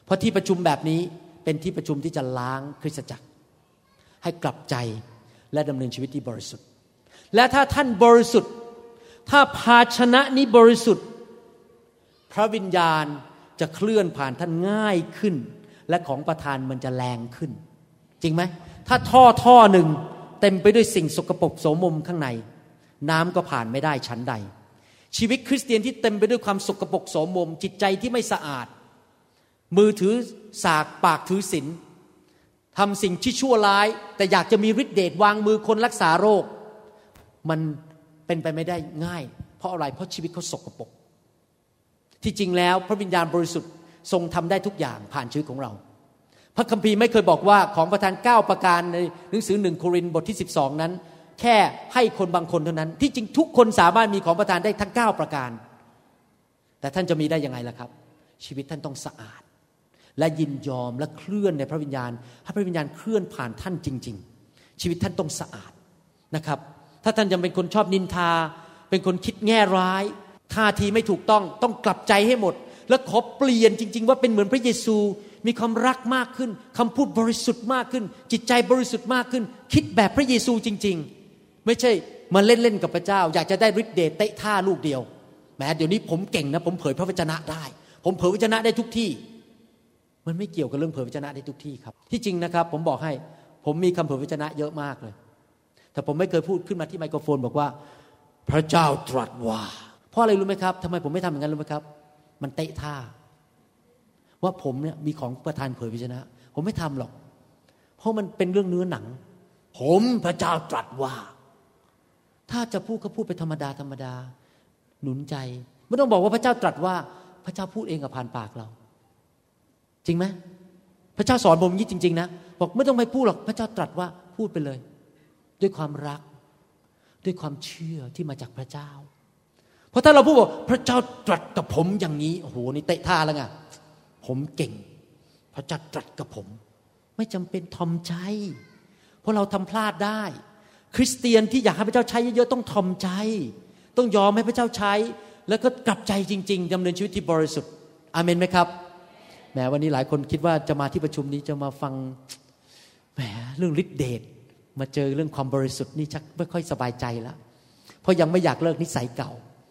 Speaker 3: เพราะที่ประชุมแบบนี้เป็นที่ประชุมที่จะล้างคริสตจักรให้กลับใจและดำเนินชีวิตที่บริสุทธิ์และถ้าท่านบริสุทธิ์ถ้าภาชนะนี้บริสุทธิ์พระวิญญาณจะเคลื่อนผ่านท่านง่ายขึ้นและของประทานมันจะแรงขึ้นจริงไหมถ้าท่อหนึ่งเต็มไปด้วยสิ่งสกปรกโสมมข้างในน้ำก็ผ่านไม่ได้ชั้นใดชีวิตคริสเตียนที่เต็มไปด้วยความสกปรกโสมมจิตใจที่ไม่สะอาดมือถือสากปากถือศีลทำสิ่งที่ชั่วร้ายแต่อยากจะมีฤทธิ์เดชวางมือคนรักษาโรคมันเป็นไปไม่ได้ง่ายเพราะอะไรเพราะชีวิตเขาสกปรกที่จริงแล้วพระวิญญาณบริสุทธิ์ทรงทำได้ทุกอย่างผ่านชีวิตของเราพระคัมภีร์ไม่เคยบอกว่าของประทาน9ประการในหนังสือ1โครินธ์บทที่12นั้นแค่ให้คนบางคนเท่านั้นที่จริงทุกคนสามารถมีของประทานได้ทั้ง9ประการแต่ท่านจะมีได้ยังไงล่ะครับชีวิตท่านต้องสะอาดและยินยอมและเคลื่อนในพระวิญญาณให้พระวิญญาณเคลื่อนผ่านท่านจริงๆชีวิตท่านต้องสะอาดนะครับถ้าท่านยังเป็นคนชอบนินทาเป็นคนคิดแง่ร้ายท่าทีไม่ถูกต้องกลับใจให้หมดแล้วขอเปลี่ยนจริงๆว่าเป็นเหมือนพระเยซูมีความรักมากขึ้นคำพูดบริสุทธิ์มากขึ้นจิตใจบริสุทธิ์มากขึ้นคิดแบบพระเยซูจริงๆไม่ใช่มาเล่นๆกับพระเจ้าอยากจะได้ฤทธิ์เดชเตะท่าลูกเดียวแหมเดี๋ยวนี้ผมเก่งนะผมเผยพระวจนะได้ผมเผยพระวจนะได้ทุกที่มันไม่เกี่ยวกับเรื่องเผยพระวจนะได้ทุกที่ครับที่จริงนะครับผมบอกให้ผมมีคำเผยพระวจนะเยอะมากเลยแต่ผมไม่เคยพูดขึ้นมาที่ไมโครโฟนบอกว่าพระเจ้าตรัสว่าเพราะอะไรรู้ไหมครับทำไมผมไม่ทำอย่างนั้นรู้ไหมครับมันเตะท่าว่าผมเนี่ยมีของประทานเผยพระวจนะผมไม่ทำหรอกเพราะมันเป็นเรื่องเนื้อหนังผมพระเจ้าตรัสว่าถ้าจะพูดก็พูดไปธรรมดาหนุนใจไม่ต้องบอกว่าพระเจ้าตรัสว่าพระเจ้าพูดเองกับผ่านปากเราจริงไหมพระเจ้าสอนผมอย่างนี้จริงๆนะบอกไม่ต้องไปพูดหรอกพระเจ้าตรัสว่าพูดไปเลยด้วยความรักด้วยความเชื่อที่มาจากพระเจ้าเพราะถ้าเราพูดว่าพระเจ้าตรัสกับผมอย่างนี้โอ้โหนี่เตะท่าแล้วไงผมเก่งพระเจ้าตรัสกับผมไม่จำเป็นทอมใจเพราะเราทำพลาดได้คริสเตียนที่อยากให้พระเจ้าใช้เยอะๆต้องทอมใจต้องยอมให้พระเจ้าใช้แล้วก็กลับใจจริงๆดำเนินชีวิตที่บริสุทธิ์อาเมนไหมครับแหมวันนี้หลายคนคิดว่าจะมาที่ประชุมนี้จะมาฟังแหมเรื่องฤทธิ์เดชมาเจอเรื่องความบริสุทธิ์นี่ชักไม่ค่อยสบายใจแล้วเพราะยังไม่อยากเลิกนิสัยเก่า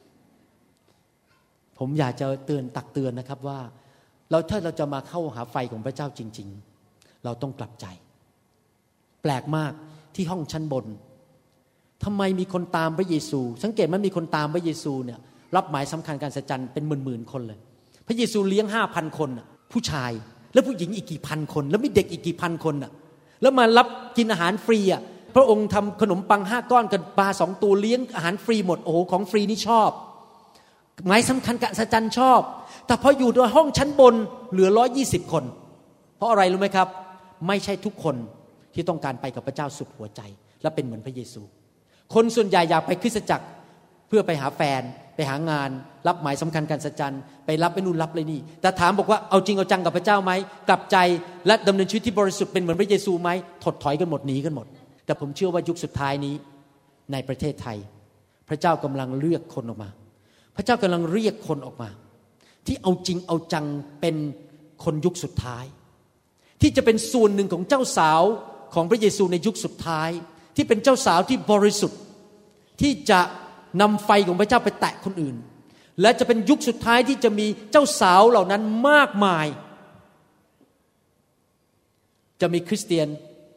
Speaker 3: ผมอยากจะตักเตือนนะครับว่าถ้าเราจะมาเข้าหาไฟของพระเจ้าจริงๆเราต้องกลับใจแปลกมากที่ห้องชั้นบนทำไมมีคนตามพระเยซูสังเกตมันมีคนตามพระเยซูเนี่ยรับหมายสำคัญการอัศจรรย์เป็นหมื่นๆคนเลยพระเยซูเลี้ยง 5,000 คนผู้ชายแล้วผู้หญิงอีกกี่พันคนแล้วมีเด็กอีกกี่พันคนแล้วมารับกินอาหารฟรีพระองค์ทำขนมปัง5ก้อนกับปลา2ตัวเลี้ยงอาหารฟรีหมดโอ้โหของฟรีนี่ชอบหมายสำคัญกับอัศจรรย์ชอบแต่พออยู่ในห้องชั้นบนเหลือ120คนเพราะอะไรรู้ไหมครับไม่ใช่ทุกคนที่ต้องการไปกับพระเจ้าสุดหัวใจและเป็นเหมือนพระเยซูคนส่วนใหญ่อยากไปคริสตจักรเพื่อไปหาแฟนไปหางานรับหมายสำคัญการอัศจรรย์ไปรับไปนู่นรับเลยนี่แต่ถามบอกว่าเอาจริงเอาจังกับพระเจ้าไหมกลับใจและดำเนินชีวิตที่บริสุทธิ์เป็นเหมือนพระเยซูไหมถดถอยกันหมดหนีกันหมดแต่ผมเชื่อว่ายุคสุดท้ายนี้ในประเทศไทยพระเจ้ากำลังเลือกคนออกมาพระเจ้ากำลังเรียกคนออกมาที่เอาจริงเอาจังเป็นคนยุคสุดท้ายที่จะเป็นส่วนหนึ่งของเจ้าสาวของพระเยซูในยุคสุดท้ายที่เป็นเจ้าสาวที่บริสุทธิ์ที่จะนำไฟของพระเจ้าไปแตะคนอื่นและจะเป็นยุคสุดท้ายที่จะมีเจ้าสาวเหล่านั้นมากมายจะมีคริสเตียน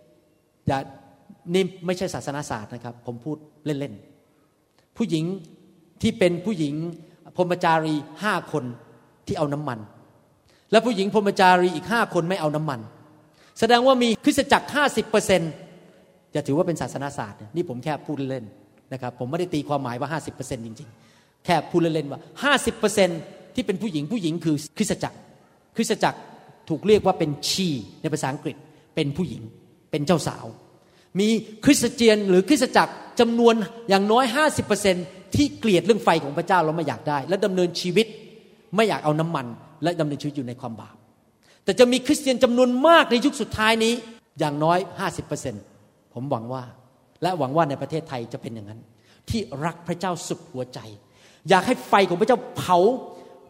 Speaker 3: นี่ไม่ใช่ศาสนาศาสตร์นะครับผมพูดเล่นๆผู้หญิงที่เป็นผู้หญิงพรหมจารี5คนที่เอาน้ำมันและผู้หญิงพรหมจารีอีก5คนไม่เอาน้ำมันแสดงว่ามีคริสตจักร 50% จะถือว่าเป็นศาสนาศาสตร์นี่ผมแค่พูดเล่นๆนะครับผมไม่ได้ตีความหมายว่า 50% จริงๆแค่พูดเล่นๆว่า 50% ที่เป็นผู้หญิงคือคริสตจักรถูกเรียกว่าเป็นชีในภาษาอังกฤษเป็นผู้หญิงเป็นเจ้าสาวมีคริสเตียนหรือคริสตจักรจำนวนอย่างน้อย 50% ที่เกลียดเรื่องไฟของพระเจ้าแล้วไม่อยากได้และดำเนินชีวิตไม่อยากเอาน้ำมันและดำเนินชีวิตอยู่ในความบาปแต่จะมีคริสเตียนจำนวนมากในยุคสุดท้ายนี้อย่างน้อย 50% ผมหวังว่าในประเทศไทยจะเป็นอย่างนั้นที่รักพระเจ้าสุดหัวใจอยากให้ไฟของพระเจ้าเผา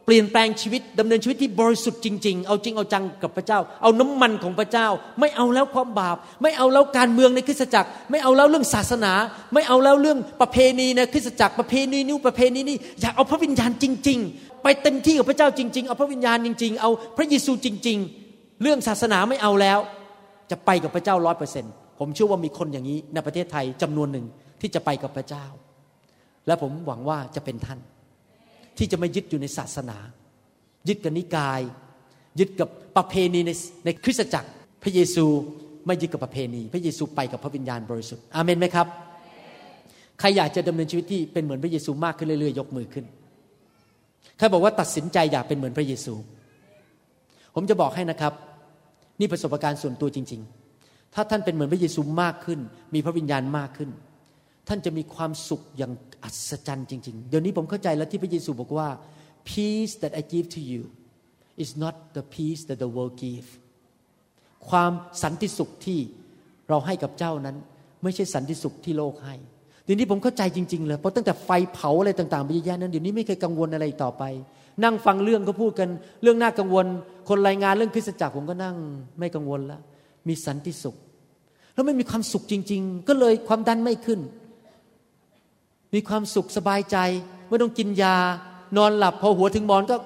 Speaker 3: เปลี่ยนแปลงชีวิตดำเนินชีวิตที่บริสุทธิ์จริงๆเอาจริงเอาจังกับพระเจ้าเอาน้ำมันของพระเจ้าไม่เอาแล้วความบาปไม่เอาแล้วการเมืองในคริสตจักรไม่เอาแล้วเรื่องศาสนาไม่เอาแล้วเรื่องประเพณีในคริสตจักรประเพณีนู้นประเพณีนี้อยากเอาพระวิญญาณจริงๆไปเต็มที่กับพระเจ้าจริงๆเอาพระวิญญาณจริงๆเอาพระเยซูจริงๆเรื่องศาสนาไม่เอาแล้วจะไปกับพระเจ้า 100% ผมเชื่อว่ามีคนอย่างนี้ในประเทศไทยจำนวนหนึ่งที่จะไปกับพระเจ้าและผมหวังว่าจะเป็นท่านที่จะไม่ยึดอยู่ในศาสนายึดกับนิกายยึดกับประเพณีในคริสตจักรพระเยซูไม่ยึดกับประเพณีพระเยซูไปกับพระวิญญาณบริสุทธิ์อาเมนไหมครับใครอยากจะดำเนินชีวิตที่เป็นเหมือนพระเยซูมากขึ้นเรื่อยๆยกมือขึ้นใครบอกว่าตัดสินใจอยากเป็นเหมือนพระเยซูผมจะบอกให้นะครับนี่ประสบการณ์ส่วนตัวจริงๆถ้าท่านเป็นเหมือนพระเยซูมากขึ้นมีพระวิญญาณมากขึ้นท่านจะมีความสุขอย่างอัศจรรย์จริงๆเดี๋ยวนี้ผมเข้าใจแล้วที่พระเยซูบอกว่า peace that I give to you is not the peace that the world give ความสันติสุขที่เราให้กับเจ้านั้นไม่ใช่สันติสุขที่โลกให้เดี๋ยวนี้ผมเข้าใจจริงๆเลยเพราะตั้งแต่ไฟเผาอะไรต่างๆไปเยอะแยะนั้นเดี๋ยวนี้ไม่เคยกังวลอะไรอีกต่อไปนั่งฟังเรื่องเขาพูดกันเรื่องน่ากังวลคนรายงานเรื่องคริสตจักรผมก็นั่งไม่กังวลแล้วมีสันติสุขแล้วไม่มีความสุขจริงๆก็เลยความดันไม่ขึ้นมีความสุขสบายใจไม่ต้องกินยานอนหลับพอหัวถึงหมอนก็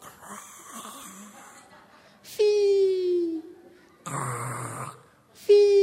Speaker 3: ฟี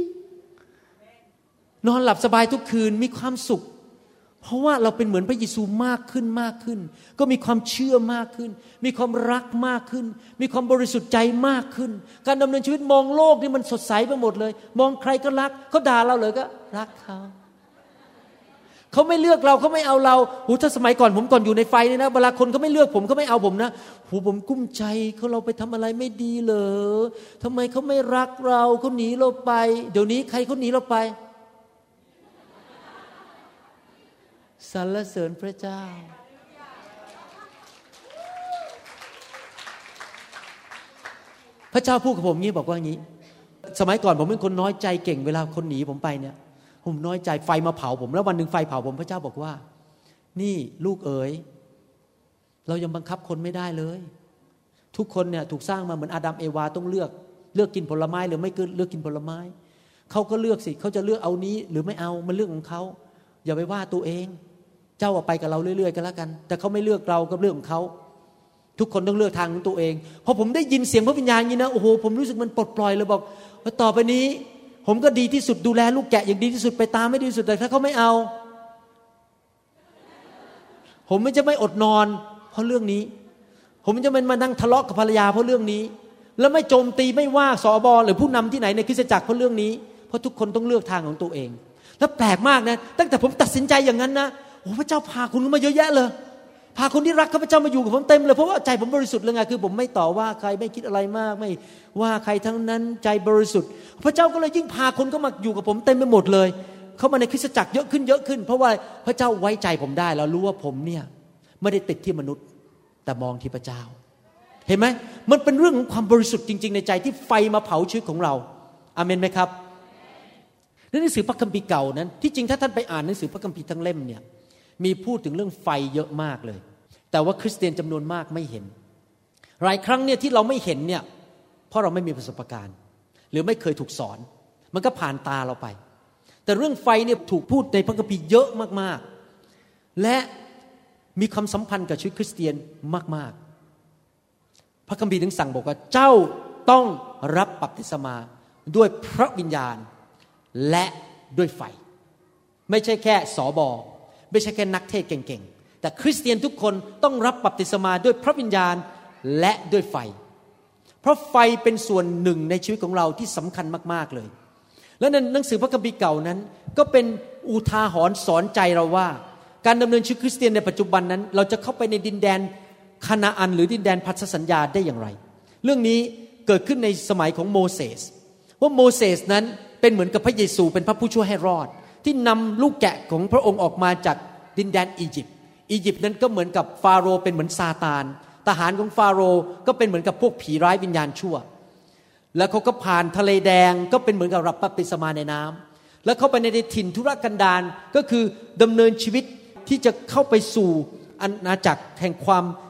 Speaker 3: นอนหลับสบายทุกคืนมีความสุขเพราะว่าเราเป็นเหมือนพระเยซูมากขึ้นมากขึ้นก็มีความเชื่อมากขึ้นมีความรักมากขึ้นมีความบริสุทธิ์ใจมากขึ้นการดำเนินชีวิตมองโลกนี่มันสดใสไปหมดเลยมองใครก็รักเขาด่าเราเลยก็รักเขาไม่เลือกเราเขาไม่เอาเราถ้าสมัยก่อนผมก่อนอยู่ในไฟนี่นะเวลาคนเขาไม่เลือกผมเขาไม่เอาผมนะผมกุ้มใจเขาเราไปทำอะไรไม่ดีเหรอทำไมเขาไม่รักเราเขาหนีเราไปเดี๋ยวนี้ใครเขาหนีเราไปสรรเสริญพระเจ้าพระเจ้าพูดกับผมงี้บอกว่างี้สมัยก่อนผมเป็นคนน้อยใจเก่งเวลาคนหนีผมไปเนี่ยผมน้อยใจไฟมาเผาผมแล้ววันหนึ่งไฟเผาผมพระเจ้าบอกว่านี่ลูกเอ๋ยเรายังบังคับคนไม่ได้เลยทุกคนเนี่ยถูกสร้างมาเหมือนอาดัมเอวาต้องเลือกกินผลไม้หรือไม่เลือกกินผลไม้เขาก็เลือกสิเขาจะเลือกเอานี้หรือไม่เอามันเรื่องของเขาอย่าไปว่าตัวเองเจ้าไปกับเราเรื่อยๆกันแล้วกันแต่เขาไม่เลือกเราก็เรื่องของเขาทุกคนต้องเลือกทางของตัวเองพอผมได้ยินเสียงพระวิญญาณนี้นะโอ้โหผมรู้สึกมันปลดปล่อยเลยบอกว่าต่อไปนี้ผมก็ดีที่สุดดูแลลูกแกะอย่างดีที่สุดไปตามไม่ดีที่สุดแต่ถ้าเขาไม่เอาผมไม่จะไม่อดนอนเพราะเรื่องนี้ผมจะไม่มานั่งทะเลาะกับภรรยาเพราะเรื่องนี้แล้วไม่โจมตีไม่ว่าสบหรือผู้นำที่ไหนในคริสตจักรเพราะเรื่องนี้เพราะทุกคนต้องเลือกทางของตัวเองแล้วแปลกมากนะตั้งแต่ผมตัดสินใจอย่างนั้นนะโอ้พระเจ้าพาคุณมาเยอะแยะเลยพาคนที่รักข้าพเจ้ามาอยู่กับผมเต็มเลยเพราะว่าใจผมบริสุทธิ์เลยไงคือผมไม่ต่อว่าใครไม่คิดอะไรมากไม่ว่าใครทั้งนั้นใจบริสุทธิ์พระเจ้าก็เลยยิ่งพาคนเข้ามาอยู่กับผมเต็มไปหมดเลยเข้ามาในคริสตจักรเยอะขึ้นเพราะว่าพระเจ้าไว้ใจผมได้แล้วรู้ว่าผมเนี่ยไม่ได้ติดที่มนุษย์แต่มองที่พระเจ้าเห็นไหมมันเป็นเรื่องของความบริสุทธิ์จริงๆในใจที่ไฟมาเผาชีวิตของเราอาเมนไหมครับในหนังสือพระคัมภีร์เก่านั้นที่จริงถ้าท่านไปอ่านหนังสือพระคัมภีร์ทั้งเล่มเนี่ยมีพูดถึงเรื่องไฟเยอะมากเลยแต่ว่าคริสเตียนจำนวนมากไม่เห็นหลายครั้งเนี่ยที่เราไม่เห็นเนี่ยเพราะเราไม่มีประสบการณ์หรือไม่เคยถูกสอนมันก็ผ่านตาเราไปแต่เรื่องไฟเนี่ยถูกพูดในพระคัมภีร์เยอะมากๆและมีความสัมพันธ์กับชีวิตคริสเตียนมากๆพระคัมภีร์ถึงสั่งบอกว่าเจ้าต้องรับบัพติศมาด้วยพระวิญญาณและด้วยไฟไม่ใช่แค่สบไม่ใช่แค่นักเทศเก่งๆแต่คริสเตียนทุกคนต้องรับบัพติศมาด้วยพระวิญญาณและด้วยไฟเพราะไฟเป็นส่วนหนึ่งในชีวิตของเราที่สำคัญมากๆเลยและในหนังสือพระคัมภีร์เก่านั้นก็เป็นอุทาหรณ์สอนใจเราว่าการดำเนินชีวิตคริสเตียนในปัจจุบันนั้นเราจะเข้าไปในดินแดนคานาอันหรือดินแดนพันธสัญญาได้อย่างไรเรื่องนี้เกิดขึ้นในสมัยของโมเสสว่าโมเสสนั้นเป็นเหมือนกับพระเยซูเป็นพระผู้ช่วยให้รอดที่นำลูกแกะของพระองค์ออกมาจากดินแดนอียิปต์นั้นก็เหมือนกับฟาโรห์เป็นเหมือนซาตานทหารของฟาโรห์ก็เป็นเหมือนกับพวกผีร้ายวิญญาณชั่วแล้วเขาก็ผ่านทะเลแดงก็เป็นเหมือนกับรับบัพติศมาในน้ำแล้วเข้าไปในถิ่นทุรกันดารก็คือดำเนินชีวิตที่จะเข้าไปสู่อาณาจักรแห่งความ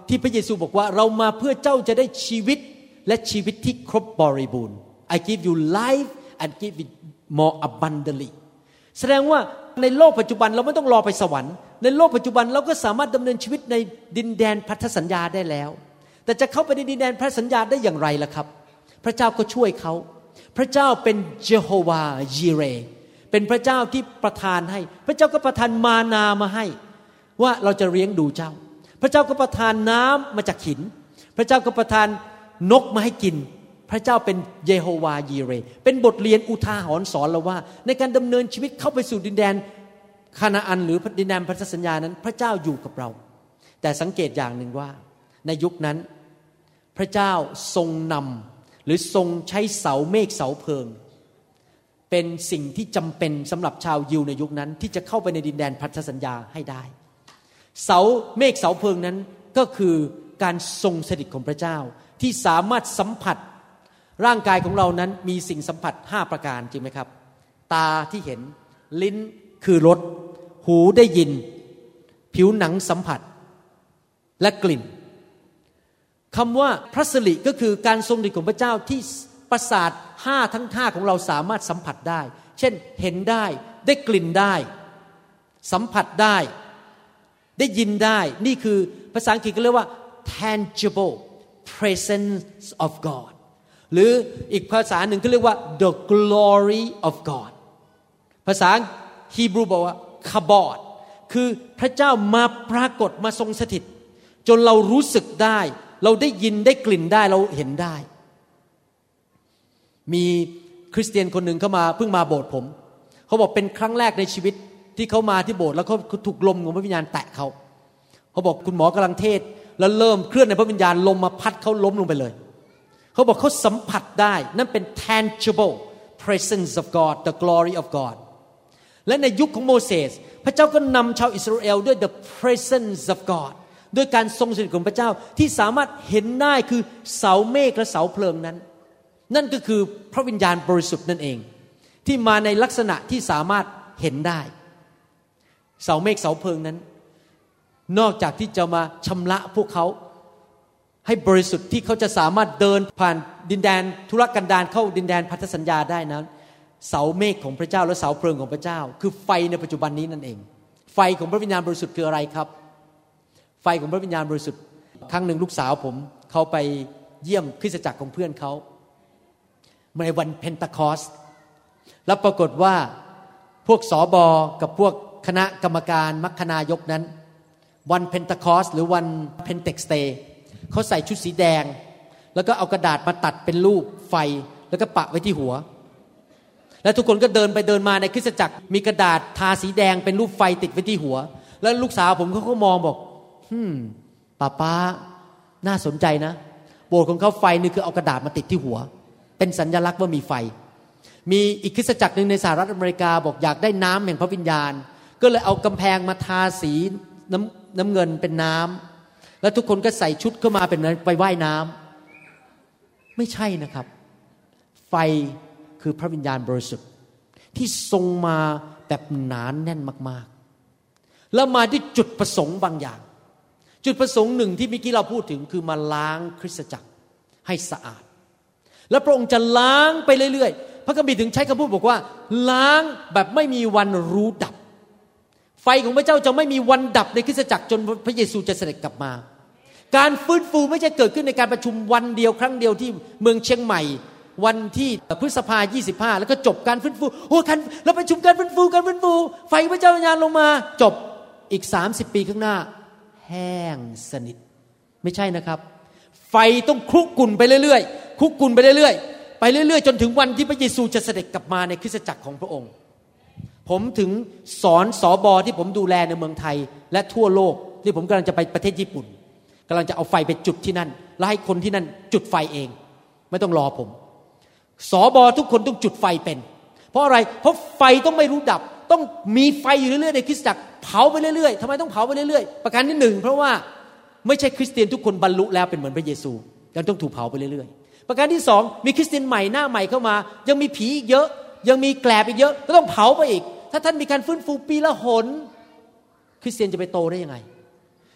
Speaker 3: ที่พระเยซูบอกว่าเรามาเพื่อเจ้าจะได้ชีวิตและชีวิตที่ครบบริบูรณ์ I give you life and give it more abundantly แสดงว่าในโลกปัจจุบันเราไม่ต้องรอไปสวรรค์ในโลกปัจจุบันเราก็สามารถดำเนินชีวิตในดินแดนพันธสัญญาได้แล้วแต่จะเข้าไปในดินแดนพันธสัญญาได้อย่างไรล่ะครับพระเจ้าก็ช่วยเขาพระเจ้าเป็นเยโฮวาห์ยีเรเป็นพระเจ้าที่ประทานให้พระเจ้าก็ประทานมานามาให้ว่าเราจะเลี้ยงดูเจ้าพระเจ้าก็ประทานน้ำมาจากหินพระเจ้าก็ประทานนกมาให้กินพระเจ้าเป็นเยโฮวาห์ยีเรเป็นบทเรียนอุทาหรณ์สอนเราว่าในการดำเนินชีวิตเข้าไปสู่ดินแดนคานาอันหรือดินแดนพันธสัญญานั้นพระเจ้าอยู่กับเราแต่สังเกตอย่างหนึ่งว่าในยุคนั้นพระเจ้าทรงนำหรือทรงใช้เสาเมฆเสาเพลิงเป็นสิ่งที่จำเป็นสำหรับชาวยิวในยุคนั้นที่จะเข้าไปในดินแดนพันธสัญญาให้ได้เสาเมฆเสาเพลิงนั้นก็คือการทรงสถิตของพระเจ้าที่สามารถสัมผัสร่างกายของเรานั้นมีสิ่งสัมผัส5ประการจริงไหมครับตาที่เห็นลิ้นคือรสหูได้ยินผิวหนังสัมผัสและกลิ่นคำว่าพระสิริก็คือการทรงฤทธิ์ของพระเจ้าที่ประสาท5ทั้ง5ของเราสามารถสัมผัสได้เช่นเห็นได้ได้กลิ่นได้สัมผัสได้ได้ยินได้นี่คือภาษาอังกฤษก็เรียกว่า tangible presence of God หรืออีกภาษาหนึ่งก็เรียกว่า the glory of God ภาษาฮีบรูบอกว่าคาบอดคือพระเจ้ามาปรากฏมาทรงสถิตจนเรารู้สึกได้เราได้ยินได้กลิ่นได้เราเห็นได้มีคริสเตียนคนหนึ่งเข้ามาเพิ่งมาโบสถ์ผมเขาบอกเป็นครั้งแรกในชีวิตที่เขามาที่โบสถ์แล้วเขาถูกลมของพระวิญญาณแตะเขาบอกคุณหมอกำลังเทศแล้วเริ่มเคลื่อนในพระวิญญาณลมมาพัดเขาล้มลงไปเลยเขาบอกเขาสัมผัสได้นั่นเป็น tangible presence of God the glory of God และในยุคของโมเสสพระเจ้าก็นำชาวอิสราเอลด้วย the presence of God ด้วยการทรงสถิตของพระเจ้าที่สามารถเห็นได้คือเสาเมฆและเสาเพลิงนั้นนั่นก็คือพระวิญญาณบริสุทธิ์นั่นเองที่มาในลักษณะที่สามารถเห็นได้เสาเมฆเสาเพลิงนั้นนอกจากที่จะมาชำระพวกเขาให้บริสุทธิ์ที่เขาจะสามารถเดินผ่านดินแดนทุรกันดารเข้าดินแดนพันธสัญญาได้นั้นเสาเมฆของพระเจ้าและเสาเพลิงของพระเจ้าคือไฟในปัจจุบันนี้นั่นเองไฟของพระวิญญาณบริสุทธิ์คืออะไรครับไฟของพระวิญญาณบริสุทธิ์ครั้งหนึ่งลูกสาวผมเขาไปเยี่ยมคริสตจักรของเพื่อนเขาในวันเพนทาคอสต์แล้วปรากฏว่าพวกสบกับพวกคณะกรรมการมัคคณายกนั้นวันเพนทาคอสต์หรือวันเพนเทคสเตย์เขาใส่ชุดสีแดงแล้วก็เอากระดาษมาตัดเป็นรูปไฟแล้วก็ปะไว้ที่หัวแล้วทุกคนก็เดินไปเดินมาในคริสตจักรมีกระดาษทาสีแดงเป็นรูปไฟติดไว้ที่หัวแล้วลูกสาวผมเขาก็มองบอกป้าน่าสนใจนะโบสถ์ของเขาไฟนี่คือเอากระดาษมาติดที่หัวเป็นสัญลักษณ์ว่ามีไฟมีอีกคริสตจักรนึงในสหรัฐอเมริกาบอกอยากได้น้ำแห่งพระวิญญาณก็เลยเอากำแพงมาทาสีน้ำเงินเป็นน้ำแล้วทุกคนก็ใส่ชุดเข้ามาเป็นไปว่ายน้ำไม่ใช่นะครับไฟคือพระวิญญาณบริสุทธิ์ที่ทรงมาแบบหนาแน่นมากๆแล้วมาด้วยจุดประสงค์บางอย่างจุดประสงค์หนึ่งที่เมื่อกี้เราพูดถึงคือมาล้างคริสตจักรให้สะอาดแล้วพระองค์จะล้างไปเรื่อยๆพระคัมภีร์ถึงใช้คำพูดบอกว่าล้างแบบไม่มีวันรู้ดับไฟของพระเจ้าจะไม่มีวันดับในคริสตจักรจนพระเยซูจะเสด็จกลับมาการฟื้นฟูไม่ใช่เกิดขึ้นในการประชุมวันเดียวครั้งเดียวที่เมืองเชียงใหม่วันที่พฤษภาคม25แล้วก็จบการฟื้นฟูโอ้กันแล้วประชุมการฟื้นฟูไฟพระเจ้าวิญญาณลงมาจบอีก30ปีข้างหน้าแห้งสนิทไม่ใช่นะครับไฟต้องคลุกกลุ่นไปเรื่อยๆคลุกกลุ่นไปเรื่อยๆไปเรื่อยๆจนถึงวันที่พระเยซูจะเสด็จกลับมาในคริสตจักรของพระองค์ผมถึงสอนสบที่ผมดูแลในเมืองไทยและทั่วโลกที่ผมกำลังจะไปประเทศญี่ปุ่นกำลังจะเอาไฟไปจุดที่นั่นแล้วให้คนที่นั่นจุดไฟเองไม่ต้องรอผมสบทุกคนต้องจุดไฟเป็นเพราะอะไรเพราะไฟต้องไม่รู้ดับต้องมีไฟอยู่เรื่อยๆในคริสตจักรเผาไปเรื่อยๆทำไมต้องเผาไปเรื่อยๆประการที่1เพราะว่าไม่ใช่คริสเตียนทุกคนบรรลุแล้วเป็นเหมือนพระเยซูยังต้องถูกเผาไปเรื่อยๆประการที่2มีคริสเตียนใหม่หน้าใหม่เข้ามายังมีผีอีกเยอะยังมีแกลบอีกเยอะก็ต้องเผาไปอีกถ้าท่านมีการฟื้นฟูปีละหนคริสเตียนจะไปโตได้ยังไงถ้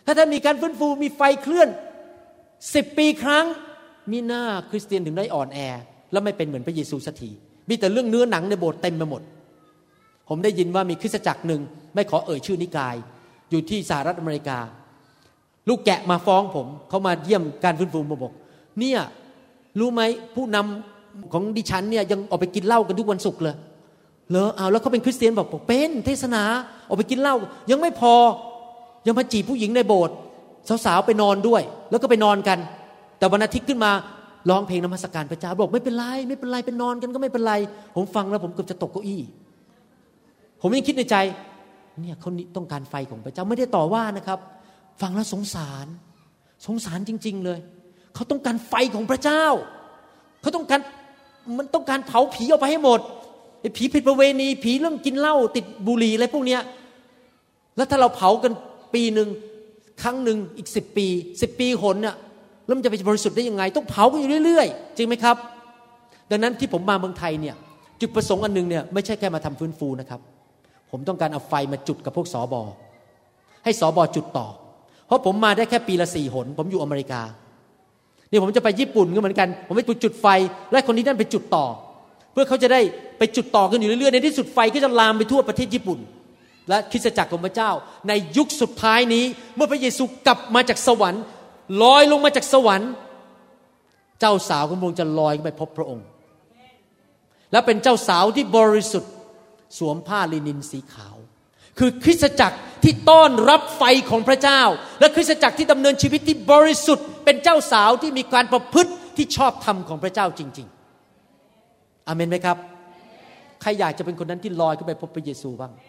Speaker 3: ถ้าท่านมีการฟื้นฟูมีไฟเคลื่อน10 ปีครั้งมีหน้าคริสเตียนถึงได้อ่อนแอแล้วไม่เป็นเหมือนพระเยซูสักทีมีแต่เรื่องเนื้อหนังในโบสถ์เต็มไปหมดผมได้ยินว่ามีคริสตจักรหนึ่งไม่ขอเอ่ยชื่อนิกายอยู่ที่สหรัฐอเมริกาลูกแกะมาฟ้องผมเขามาเยี่ยมการฟื้นฟูมาบอกเนี่ยรู้ไหมผู้นำของดิฉันเนี่ยยังออกไปกินเหล้ากันทุกวันศุกร์เลยเหรอเอาแล้วเขาเป็นคริสเตียนบอกเป็นเทศนาออกไปกินเหล้ายังไม่พอยังมาจีบผู้หญิงในโบสถ์สาวๆไปนอนด้วยแล้วก็ไปนอนกันแต่วันอาทิตย์ขึ้นมาร้องเพลงนมัสการพระเจ้าบอกไม่เป็นไรไม่เป็นไรเป็นนอนกันก็ไม่เป็นไรผมฟังแล้วผมเกือบจะตกเก้าอี้ผมยังคิดในใจเนี่ยเขาต้องการไฟของพระเจ้าไม่ได้ต่อว่านะครับฟังแล้วสงสารจริงๆเลยเขาต้องการไฟของพระเจ้าเขาต้องการเผาผีออกไปให้หมดไอ้ผีผิดประเวณีผีเรื่องกินเหล้าติดบุหรี่อะไรพวกเนี้ยแล้วถ้าเราเผากันปีนึงครั้งนึงอีก10 ปีหนน่ะแล้วมันจะไปบริสุทธิ์ได้ยังไงต้องเผากันอยู่เรื่อยๆจริงไหมครับดังนั้นที่ผมมาเมืองไทยเนี่ยจุดประสงค์อันนึงเนี่ยไม่ใช่แค่มาทำฟื้นฟูนะครับผมต้องการเอาไฟมาจุดกับพวกสบให้สบจุดต่อเพราะผมมาได้แค่ปีละ4 หนผมอยู่อเมริกานี่ผมจะไปญี่ปุ่นก็เหมือนกันผมไปจุดไฟและคนนี้นั่นไปจุดต่อเพื่อเขาจะได้ไปจุดต่อกันอยู่เรื่อยๆในที่สุดไฟก็จะลามไปทั่วประเทศญี่ปุ่นและคริสตจักรของพระเจ้าในยุคสุดท้ายนี้เมื่อพระเยซูกลับมาจากสวรรค์ลอยลงมาจากสวรรค์เจ้าสาวของพระองค์จะลอยไปพบพระองค์และเป็นเจ้าสาวที่บริสุทธิ์สวมผ้าลินินสีขาวคือคริสตจักรที่ต้อนรับไฟของพระเจ้าและคริสตจักรที่ดำเนินชีวิตที่บริสุทธิ์เป็นเจ้าสาวที่มีการประพฤติที่ชอบธรรมของพระเจ้าจริงๆอาเมนไหมครับใครอยากจะเป็นคนนั้นที่ลอยขึ้นไปพบพระเยซูบ้าง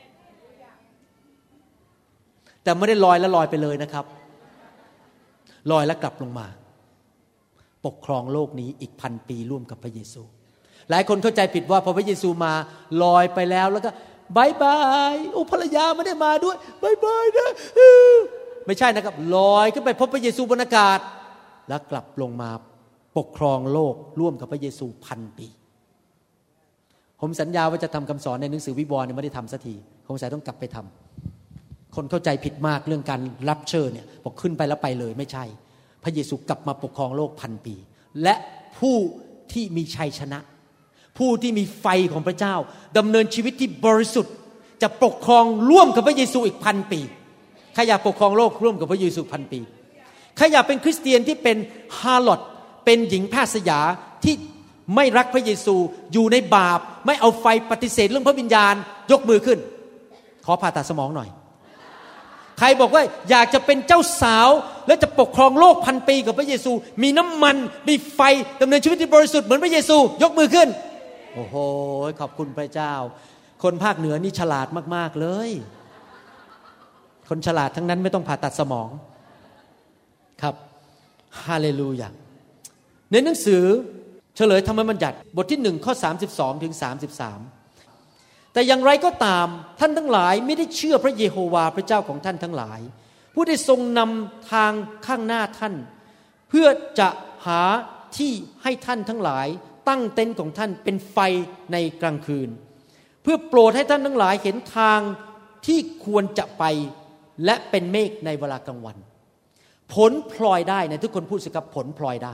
Speaker 3: แต่ไม่ได้ลอยแล้วลอยไปเลยนะครับลอยแล้วกลับลงมาปกครองโลกนี้อีก1,000 ปีร่วมกับพระเยซูหลายคนเข้าใจผิดว่าพอพระเยซูมาลอยไปแล้วแล้วก็บายบายโอ้ภรรยาไม่ได้มาด้วยบายบายนะไม่ใช่นะครับลอยขึ้นไปพบพระเยซูบนอากาศแล้วกลับลงมาปกครองโลกร่วมกับพระเยซู1,000 ปีผมสัญญาว่าจะทำคำสอนในหนังสือวิวรณ์ไม่ได้ทำสักทีคงต้องกลับไปทำคนเข้าใจผิดมากเรื่องการรับเชิญเนี่ยบอกขึ้นไปแล้วไปเลยไม่ใช่พระเยซูกลับมาปกครองโลก1,000 ปีและผู้ที่มีชัยชนะผู้ที่มีไฟของพระเจ้าดำเนินชีวิตที่บริสุทธิ์จะปกครองร่วมกับพระเยซูอีก1,000 ปีใครอยากปกครองโลกร่วมกับพระเยซู1,000 ปีใครอยากเป็นคริสเตียนที่เป็นฮาร์ลอตเป็นหญิงแพทย์สยาที่ไม่รักพระเยซูอยู่ในบาปไม่เอาไฟปฏิเสธเรื่องพระวิญญาณยกมือขึ้นขอผ่าตัดสมองหน่อยใครบอกว่าอยากจะเป็นเจ้าสาวและจะปกครองโลก1,000 ปีกับพระเยซูมีน้ำมันมีไฟดำเนินชีวิตที่บริสุทธิ์เหมือนพระเยซูยกมือขึ้นโอ้โหขอบคุณพระเจ้าคนภาคเหนือนี่ฉลาดมากๆเลยคนฉลาดทั้งนั้นไม่ต้องผ่าตัดสมองครับฮาเลลูยาในหนังสือเฉลยธรรมบัญญัติบทที่1ข้อ32ถึง33แต่อย่างไรก็ตามท่านทั้งหลายไม่ได้เชื่อพระเยโฮวาห์พระเจ้าของท่านทั้งหลายผู้ได้ทรงนำทางข้างหน้าท่านเพื่อจะหาที่ให้ท่านทั้งหลายตั้งเต็นท์ของท่านเป็นไฟในกลางคืนเพื่อโปรดให้ท่านทั้งหลายเห็นทางที่ควรจะไปและเป็นเมฆในเวลากลางวันผลพลอยได้นะทุกคนพูดสิครับผลพลอยได้